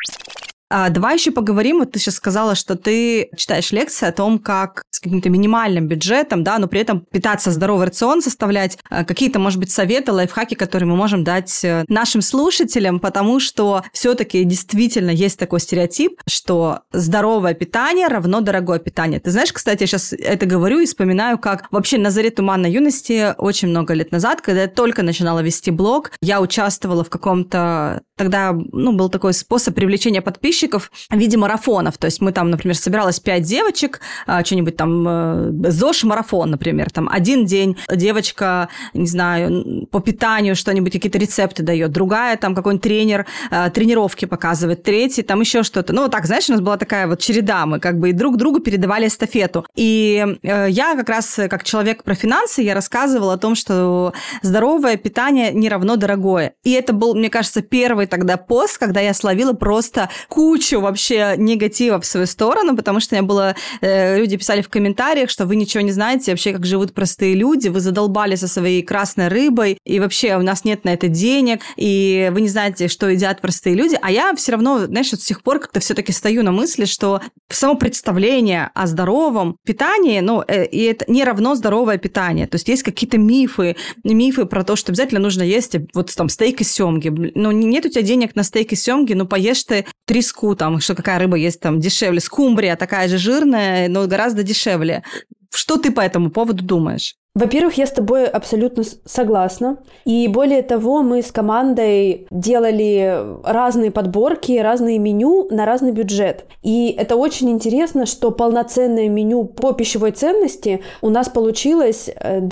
Давай еще поговорим. Вот ты сейчас сказала, что ты читаешь лекции о том, как с каким-то минимальным бюджетом, да, но при этом питаться, здоровый рацион составлять, какие-то, может быть, советы, лайфхаки, которые мы можем дать нашим слушателям, потому что все-таки действительно есть такой стереотип, что здоровое питание равно дорогое питание. Ты знаешь, кстати, я сейчас это говорю и вспоминаю, как вообще на заре туманной юности очень много лет назад, когда я только начинала вести блог, я участвовала в каком-то... Тогда, был такой способ привлечения подписчиков в виде марафонов. То есть мы там, например, собиралось 5 девочек, что-нибудь там, ЗОЖ-марафон, например, там один день девочка, не знаю, по питанию что-нибудь, какие-то рецепты дает, другая там какой-нибудь тренер тренировки показывает, третий там еще что-то. Вот так, знаешь, у нас была такая вот череда, мы как бы и друг другу передавали эстафету. И я как раз, как человек про финансы, я рассказывала о том, что здоровое питание не равно дорогое. И это был, мне кажется, первый тогда пост, когда я словила просто кучу вообще негатива в свою сторону, потому что у меня было... Люди писали в комментариях, что вы ничего не знаете вообще, как живут простые люди, вы задолбали со своей красной рыбой, и вообще у нас нет на это денег, и вы не знаете, что едят простые люди. А я все равно, знаешь, вот с тех пор как-то все-таки стою на мысли, что само представление о здоровом питании, и это не равно здоровое питание. То есть есть какие-то мифы про то, что обязательно нужно есть вот там стейк из сёмги. Нет у тебя денег на стейк из сёмги, поешь ты треску, там, что какая рыба есть там дешевле. Скумбрия такая же жирная, но гораздо дешевле. Что ты по этому поводу думаешь? Во-первых, я с тобой абсолютно согласна. И более того, мы с командой делали разные подборки, разные меню на разный бюджет. И это очень интересно, что полноценное меню по пищевой ценности у нас получилось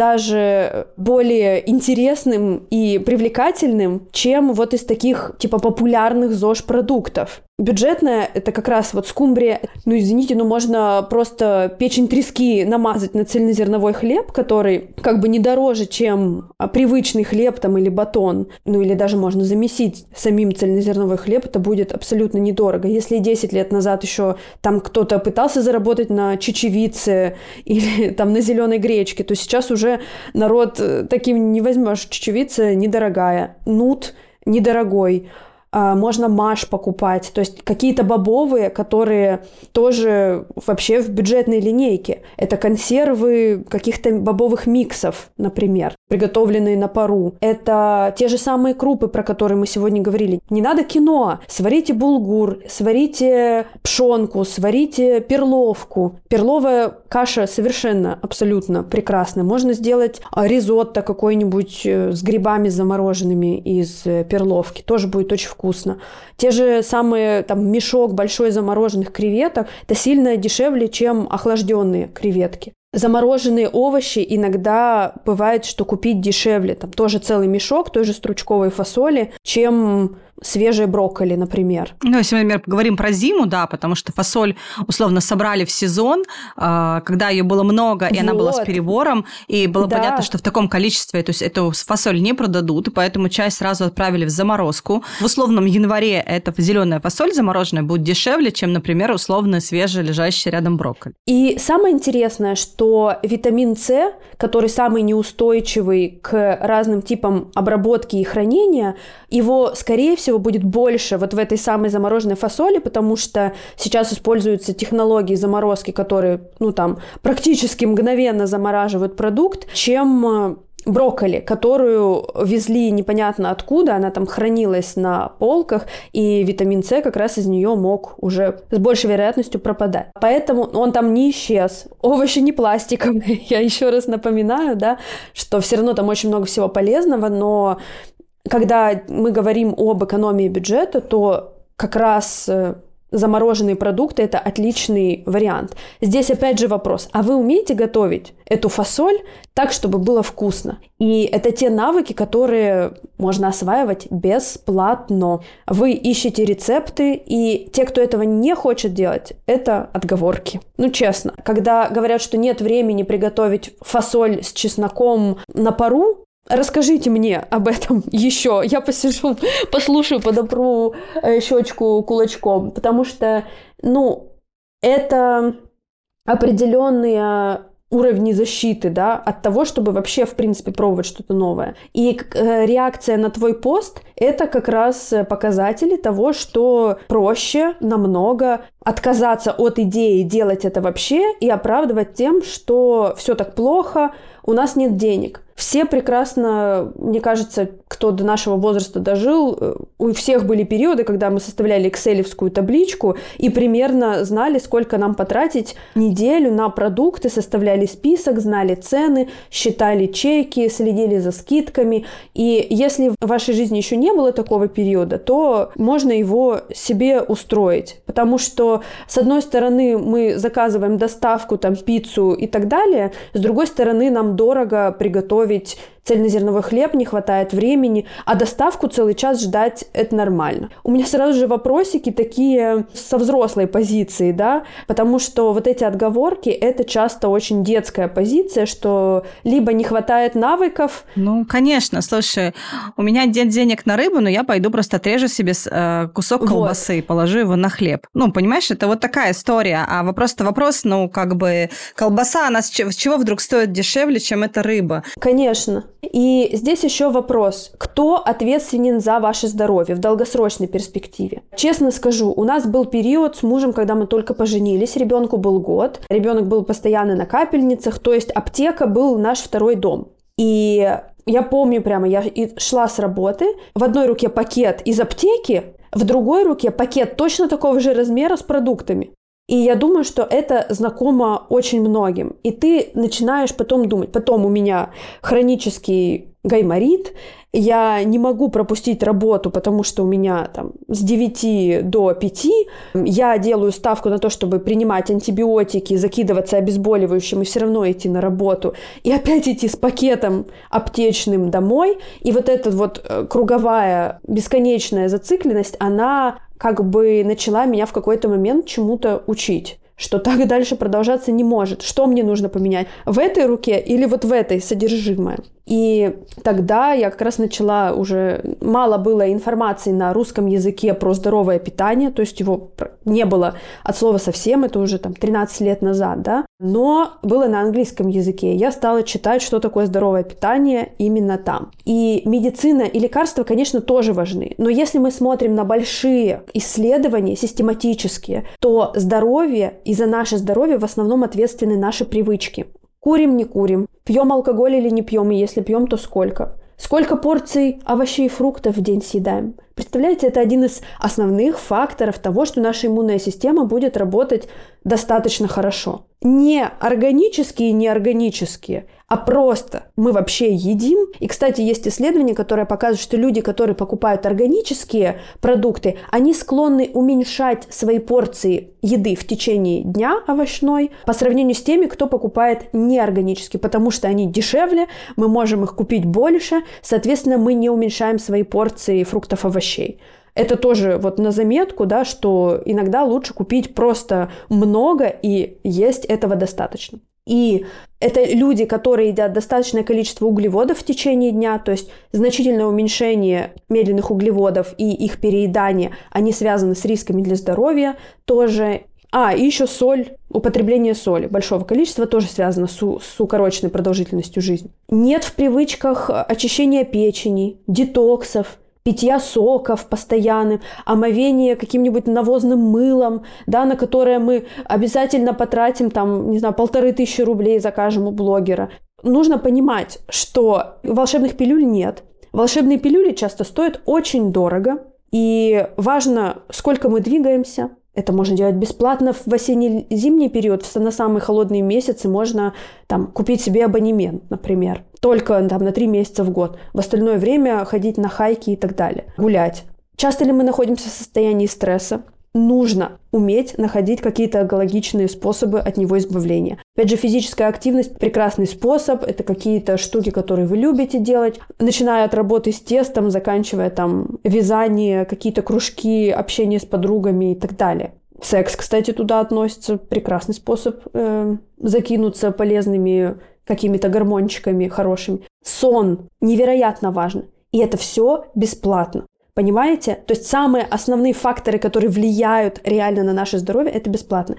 даже более интересным и привлекательным, чем вот из таких типа популярных ЗОЖ-продуктов. Бюджетная – это как раз вот скумбрия. Извините, можно просто печень трески намазать на цельнозерновой хлеб, который как бы не дороже, чем привычный хлеб там или батон. Или даже можно замесить самим цельнозерновой хлеб, это будет абсолютно недорого. Если 10 лет назад еще там кто-то пытался заработать на чечевице или там на зеленой гречке, то сейчас уже народ таким не возьмешь. Чечевица недорогая, нут недорогой. Можно маш покупать, то есть какие-то бобовые, которые тоже вообще в бюджетной линейке. Это консервы каких-то бобовых миксов, например, приготовленные на пару. Это те же самые крупы, про которые мы сегодня говорили. Не надо киноа. Сварите булгур, сварите пшенку, сварите перловку. Перловая каша совершенно, абсолютно прекрасная. Можно сделать ризотто какой-нибудь с грибами замороженными из перловки. Тоже будет очень вкусно. Те же самые, там, мешок большой замороженных креветок, это сильно дешевле, чем охлажденные креветки. Замороженные овощи иногда бывает, что купить дешевле. Там тоже целый мешок той же стручковой фасоли, чем свежие брокколи, например. Если мы, например, поговорим про зиму, да, потому что фасоль условно собрали в сезон, когда ее было много, и она была с перебором, и было понятно, что в таком количестве, то есть эту фасоль не продадут, и поэтому часть сразу отправили в заморозку. В условном январе эта зеленая фасоль замороженная будет дешевле, чем, например, условно свежая, лежащая рядом брокколи. И самое интересное, что витамин С, который самый неустойчивый к разным типам обработки и хранения, его, скорее всего, будет больше вот в этой самой замороженной фасоли, потому что сейчас используются технологии заморозки, которые, практически мгновенно замораживают продукт, чем брокколи, которую везли непонятно откуда, она там хранилась на полках, и витамин С как раз из нее мог уже с большей вероятностью пропадать. Поэтому он там не исчез. Овощи не пластиковые. Я еще раз напоминаю, что все равно там очень много всего полезного, но когда мы говорим об экономии бюджета, то как раз замороженные продукты – это отличный вариант. Здесь опять же вопрос, а вы умеете готовить эту фасоль так, чтобы было вкусно? И это те навыки, которые можно осваивать бесплатно. Вы ищете рецепты, и те, кто этого не хочет делать, это отговорки. Честно, когда говорят, что нет времени приготовить фасоль с чесноком на пару, Расскажите мне об этом еще. Я посижу, послушаю, подопру щечку кулачком, потому что, это определенные уровни защиты, да, от того, чтобы вообще, в принципе, пробовать что-то новое. И реакция на твой пост – это как раз показатели того, что проще намного отказаться от идеи делать это вообще и оправдывать тем, что все так плохо, у нас нет денег. Все прекрасно, мне кажется, кто до нашего возраста дожил, у всех были периоды, когда мы составляли экселевскую табличку и примерно знали, сколько нам потратить неделю на продукты, составляли список, знали цены, считали чеки, следили за скидками. И если в вашей жизни еще не было такого периода, то можно его себе устроить. Потому что, с одной стороны, мы заказываем доставку, пиццу и так далее, с другой стороны, нам дорого приготовить цельнозерновой хлеб, не хватает времени, а доставку целый час ждать – это нормально. У меня сразу же вопросики такие со взрослой позиции, да, потому что вот эти отговорки – это часто очень детская позиция, что либо не хватает навыков. Конечно, слушай, у меня нет денег на рыбу, но я пойду просто отрежу себе кусок колбасы и положу его на хлеб. Понимаешь, это вот такая история. А вопрос, колбаса, она с чего вдруг стоит дешевле, чем эта рыба? Конечно. И здесь еще вопрос, кто ответственен за ваше здоровье в долгосрочной перспективе? Честно скажу, у нас был период с мужем, когда мы только поженились, ребенку был год, ребенок был постоянно на капельницах, то есть аптека был наш второй дом. И я помню прямо, я шла с работы, в одной руке пакет из аптеки, в другой руке пакет точно такого же размера с продуктами. И я думаю, что это знакомо очень многим. И ты начинаешь потом думать. Потом у меня хронический гайморит, я не могу пропустить работу, потому что у меня с 9 до 5 я делаю ставку на то, чтобы принимать антибиотики, закидываться обезболивающим и все равно идти на работу. И опять идти с пакетом аптечным домой. И вот эта вот круговая бесконечная зацикленность, она начала меня в какой-то момент чему-то учить, что так дальше продолжаться не может. Что мне нужно поменять? В этой руке или вот в этой содержимое? И тогда я как раз начала уже... Мало было информации на русском языке про здоровое питание, то есть его не было от слова совсем, это уже 13 лет назад, да? Но было на английском языке. Я стала читать, что такое здоровое питание именно там. И медицина и лекарства, конечно, тоже важны. Но если мы смотрим на большие исследования, систематические, то здоровье и за наше здоровье в основном ответственны наши привычки. Курим, не курим, пьем алкоголь или не пьем, и если пьем, то сколько? Сколько порций овощей и фруктов в день съедаем? Представляете, это один из основных факторов того, что наша иммунная система будет работать достаточно хорошо. Не органические, неорганические, а просто мы вообще едим. И, кстати, есть исследования, которые показывают, что люди, которые покупают органические продукты, они склонны уменьшать свои порции еды в течение дня овощной по сравнению с теми, кто покупает неорганические, потому что они дешевле, мы можем их купить больше, соответственно, мы не уменьшаем свои порции фруктов, овощей. Это тоже вот на заметку, да, что иногда лучше купить просто много и есть этого достаточно. И это люди, которые едят достаточное количество углеводов в течение дня, то есть значительное уменьшение медленных углеводов и их переедание, они связаны с рисками для здоровья тоже. И еще соль, употребление соли большого количества тоже связано с укороченной продолжительностью жизни. Нет в привычках очищения печени, детоксов, питья соков постоянным, омовение каким-нибудь навозным мылом, да, на которое мы обязательно потратим, 1500 рублей закажем у блогера. Нужно понимать, что волшебных пилюль нет. Волшебные пилюли часто стоят очень дорого, и важно, сколько мы двигаемся. Это можно делать бесплатно в осенне-зимний период, на самые холодные месяцы можно купить себе абонемент, например, только на 3 месяца в год. В остальное время ходить на хайки и так далее, гулять. Часто ли мы находимся в состоянии стресса? Нужно уметь находить какие-то экологичные способы от него избавления. Опять же, физическая активность – прекрасный способ. Это какие-то штуки, которые вы любите делать, начиная от работы с тестом, заканчивая вязание, какие-то кружки, общение с подругами и так далее. Секс, кстати, туда относится. Прекрасный способ закинуться полезными какими-то гормончиками хорошими. Сон невероятно важен. И это все бесплатно. Понимаете? То есть самые основные факторы, которые влияют реально на наше здоровье, это бесплатно.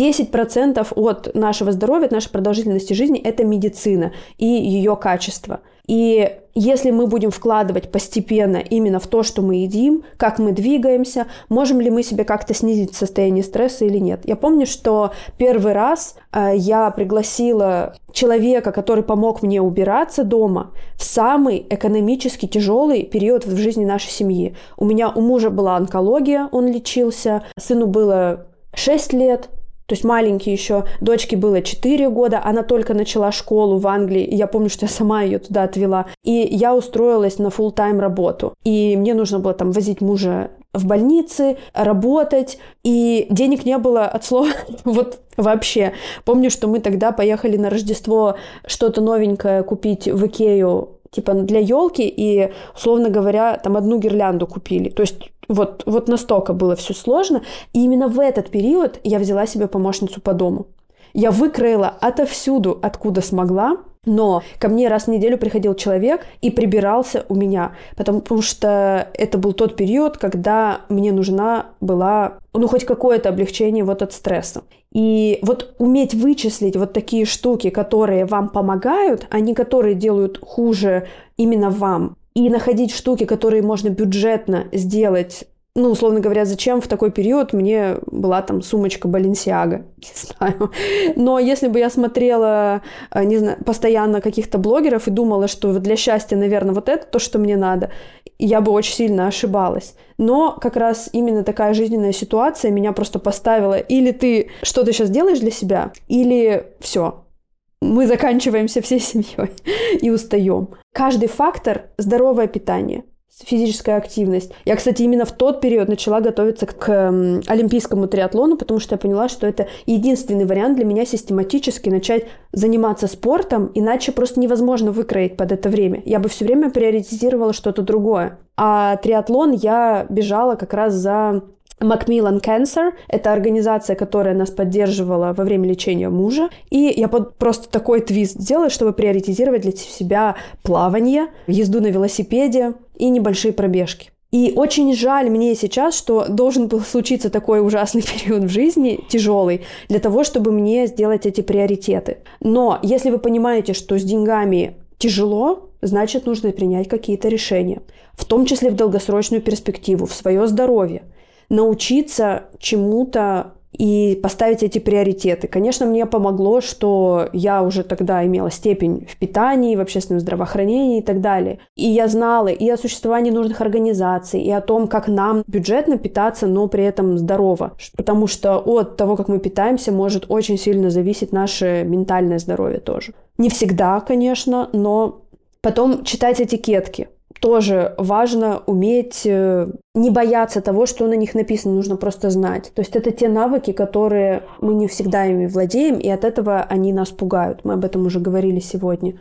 10% от нашего здоровья, от нашей продолжительности жизни – это медицина и ее качество. И если мы будем вкладывать постепенно именно в то, что мы едим, как мы двигаемся, можем ли мы себе как-то снизить состояние стресса или нет. Я помню, что первый раз я пригласила человека, который помог мне убираться дома в самый экономически тяжелый период в жизни нашей семьи. У мужа была онкология, он лечился, сыну было 6 лет, то есть маленький еще, дочке было 4 года, она только начала школу в Англии, и я помню, что я сама ее туда отвела. И я устроилась на фулл-тайм работу. И мне нужно было там возить мужа в больницы, работать, и денег не было от слова вот вообще. Помню, что мы тогда поехали на Рождество что-то новенькое купить в Икею, типа для елки, и, условно говоря, там одну гирлянду купили. То есть вот настолько было все сложно. И именно в этот период я взяла себе помощницу по дому. Я выкроила отовсюду, откуда смогла, но ко мне раз в неделю приходил человек и прибирался у меня, потому что это был тот период, когда мне нужна была, хоть какое-то облегчение вот от стресса. И вот уметь вычислить вот такие штуки, которые вам помогают, а не которые делают хуже именно вам, и находить штуки, которые можно бюджетно сделать. Условно говоря, зачем в такой период мне была там сумочка Balenciaga, не знаю. Но если бы я смотрела, не знаю, постоянно каких-то блогеров и думала, что для счастья, наверное, вот это то, что мне надо, я бы очень сильно ошибалась. Но как раз именно такая жизненная ситуация меня просто поставила: или ты что-то сейчас делаешь для себя, или все. Мы заканчиваемся всей семьей и устаем. Каждый фактор – здоровое питание, физическая активность. Я, кстати, именно в тот период начала готовиться к олимпийскому триатлону, потому что я поняла, что это единственный вариант для меня систематически начать заниматься спортом, иначе просто невозможно выкроить под это время. Я бы все время приоритизировала что-то другое. А триатлон я бежала как раз за Macmillan Cancer. Это организация, которая нас поддерживала во время лечения мужа. И я просто такой твист сделала, чтобы приоритизировать для себя плавание, езду на велосипеде и небольшие пробежки. И очень жаль мне сейчас, что должен был случиться такой ужасный период в жизни, тяжелый, для того, чтобы мне сделать эти приоритеты. Но если вы понимаете, что с деньгами тяжело, значит, нужно принять какие-то решения, в том числе в долгосрочную перспективу, в свое здоровье. Научиться чему-то и поставить эти приоритеты. Конечно, мне помогло, что я уже тогда имела степень в питании, в общественном здравоохранении и так далее. И я знала и о существовании нужных организаций, и о том, как нам бюджетно питаться, но при этом здорово. Потому что от того, как мы питаемся, может очень сильно зависеть наше ментальное здоровье тоже. Не всегда, конечно, но потом читать этикетки. Тоже важно уметь не бояться того, что на них написано, нужно просто знать. То есть это те навыки, которые мы не всегда ими владеем, и от этого они нас пугают. Мы об этом уже говорили сегодня.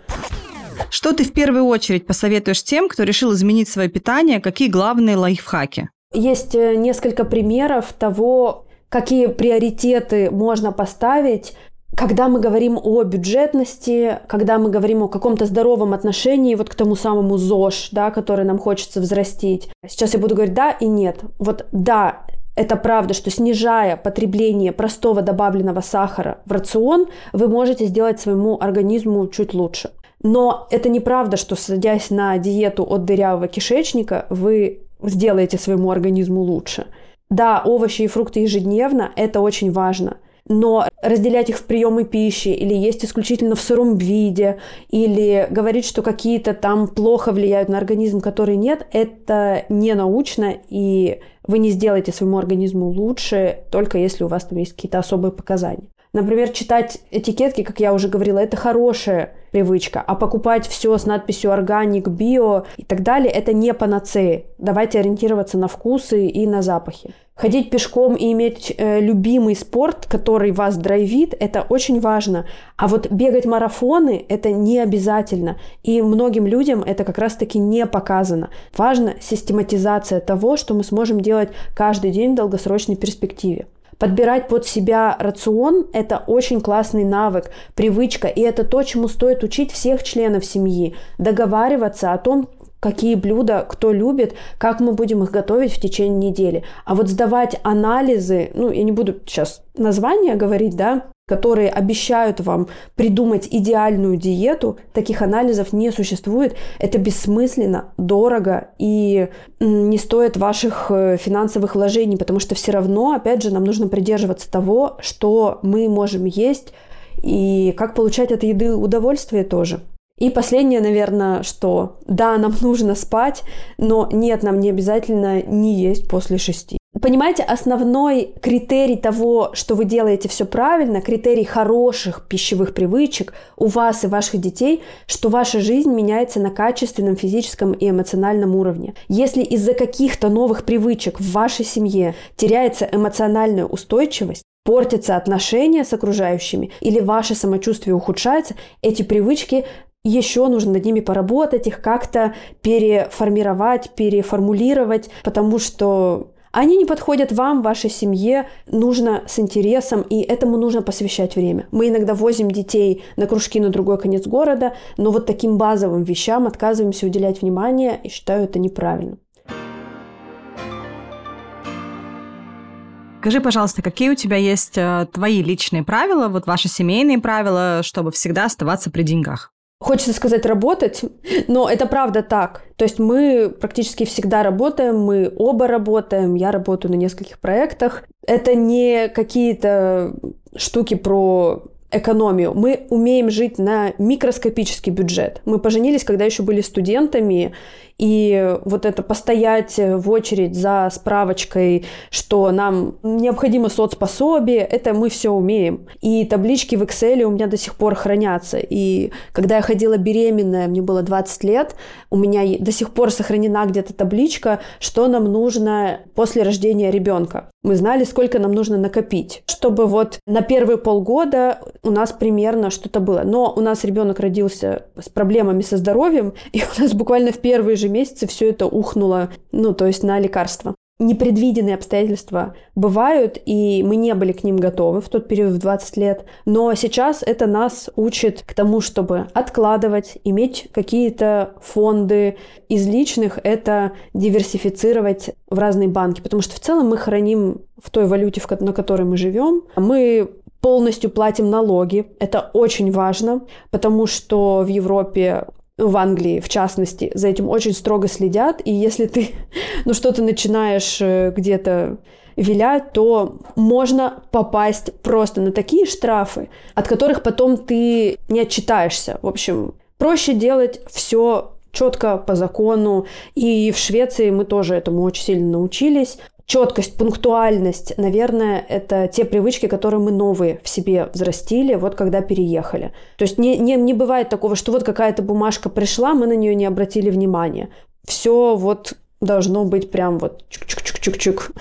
Что ты в первую очередь посоветуешь тем, кто решил изменить свое питание? Какие главные лайфхаки? Есть несколько примеров того, какие приоритеты можно поставить, когда мы говорим о бюджетности, когда мы говорим о каком-то здоровом отношении вот к тому самому ЗОЖ, да, который нам хочется взрастить. Сейчас я буду говорить да и нет. Вот да, это правда, что снижая потребление простого добавленного сахара в рацион, вы можете сделать своему организму чуть лучше. Но это неправда, что, садясь на диету от дырявого кишечника, вы сделаете своему организму лучше. Да, овощи и фрукты ежедневно – это очень важно. Но разделять их в приемы пищи или есть исключительно в сыром виде, или говорить, что какие-то там плохо влияют на организм, которые нет, это не научно, и вы не сделаете своему организму лучше, только если у вас там есть какие-то особые показания. Например, читать этикетки, как я уже говорила, это хорошая привычка, а покупать все с надписью «органик», «био» и так далее – это не панацея. Давайте ориентироваться на вкусы и на запахи. Ходить пешком и иметь любимый спорт, который вас драйвит, это очень важно. А вот бегать марафоны – это не обязательно. И многим людям это как раз-таки не показано. Важна систематизация того, что мы сможем делать каждый день в долгосрочной перспективе. Подбирать под себя рацион – это очень классный навык, привычка, и это то, чему стоит учить всех членов семьи. Договариваться о том, какие блюда кто любит, как мы будем их готовить в течение недели. А вот сдавать анализы, я не буду сейчас названия говорить, да, которые обещают вам придумать идеальную диету, таких анализов не существует. Это бессмысленно, дорого и не стоит ваших финансовых вложений, потому что все равно, опять же, нам нужно придерживаться того, что мы можем есть и как получать от еды удовольствие тоже. И последнее, наверное, что да, нам нужно спать, но нет, нам не обязательно не есть после 6. Понимаете, основной критерий того, что вы делаете все правильно, критерий хороших пищевых привычек у вас и ваших детей, что ваша жизнь меняется на качественном физическом и эмоциональном уровне. Если из-за каких-то новых привычек в вашей семье теряется эмоциональная устойчивость, портятся отношения с окружающими или ваше самочувствие ухудшается, эти привычки еще нужно над ними поработать, их как-то переформировать, переформулировать, потому что они не подходят вам, вашей семье, нужно с интересом, и этому нужно посвящать время. Мы иногда возим детей на кружки на другой конец города, но вот таким базовым вещам отказываемся уделять внимание, и считаю это неправильно. Скажи, пожалуйста, какие у тебя есть твои личные правила, вот ваши семейные правила, чтобы всегда оставаться при деньгах? Хочется сказать работать, но это правда так. То есть мы практически всегда работаем, мы оба работаем, я работаю на нескольких проектах. Это не какие-то штуки про экономию. Мы умеем жить на микроскопический бюджет. Мы поженились, когда еще были студентами, и вот это постоять в очередь за справочкой, что нам необходимо соцпособие, это мы все умеем. И таблички в Excel у меня до сих пор хранятся. И когда я ходила беременная, мне было 20 лет, у меня до сих пор сохранена где-то табличка, что нам нужно после рождения ребенка. Мы знали, сколько нам нужно накопить, чтобы вот на первые полгода у нас примерно что-то было. Но у нас ребенок родился с проблемами со здоровьем, и у нас буквально в первые же месяцы все это ухнуло, то есть на лекарства. Непредвиденные обстоятельства бывают, и мы не были к ним готовы в тот период в 20 лет. Но сейчас это нас учит к тому, чтобы откладывать, иметь какие-то фонды. Из личных это диверсифицировать в разные банки, потому что в целом мы храним в той валюте, на которой мы живем. Мы полностью платим налоги. Это очень важно, потому что в Европе, в Англии, в частности, за этим очень строго следят, и если ты, что-то начинаешь где-то вилять, то можно попасть просто на такие штрафы, от которых потом ты не отчитаешься. В общем, проще делать все четко по закону, и в Швеции мы тоже этому очень сильно научились. Четкость, пунктуальность, наверное, это те привычки, которые мы новые в себе взрастили, вот когда переехали. То есть не бывает такого, что вот какая-то бумажка пришла, мы на нее не обратили внимания. Все вот должно быть прям вот чук-чук-чук-чук-чук.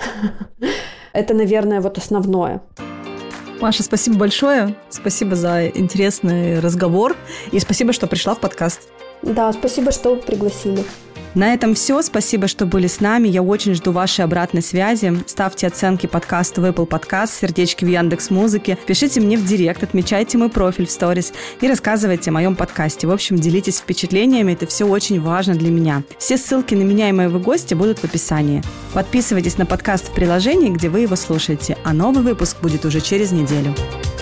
Это, наверное, вот основное. Маша, спасибо большое. Спасибо за интересный разговор. И спасибо, что пришла в подкаст. Да, спасибо, что пригласили. На этом все. Спасибо, что были с нами. Я очень жду вашей обратной связи. Ставьте оценки подкасту в Apple Podcast, сердечки в Яндекс.Музыке. Пишите мне в директ, отмечайте мой профиль в сторис и рассказывайте о моем подкасте. В общем, делитесь впечатлениями. Это все очень важно для меня. Все ссылки на меня и моего гостя будут в описании. Подписывайтесь на подкаст в приложении, где вы его слушаете. А новый выпуск будет уже через неделю.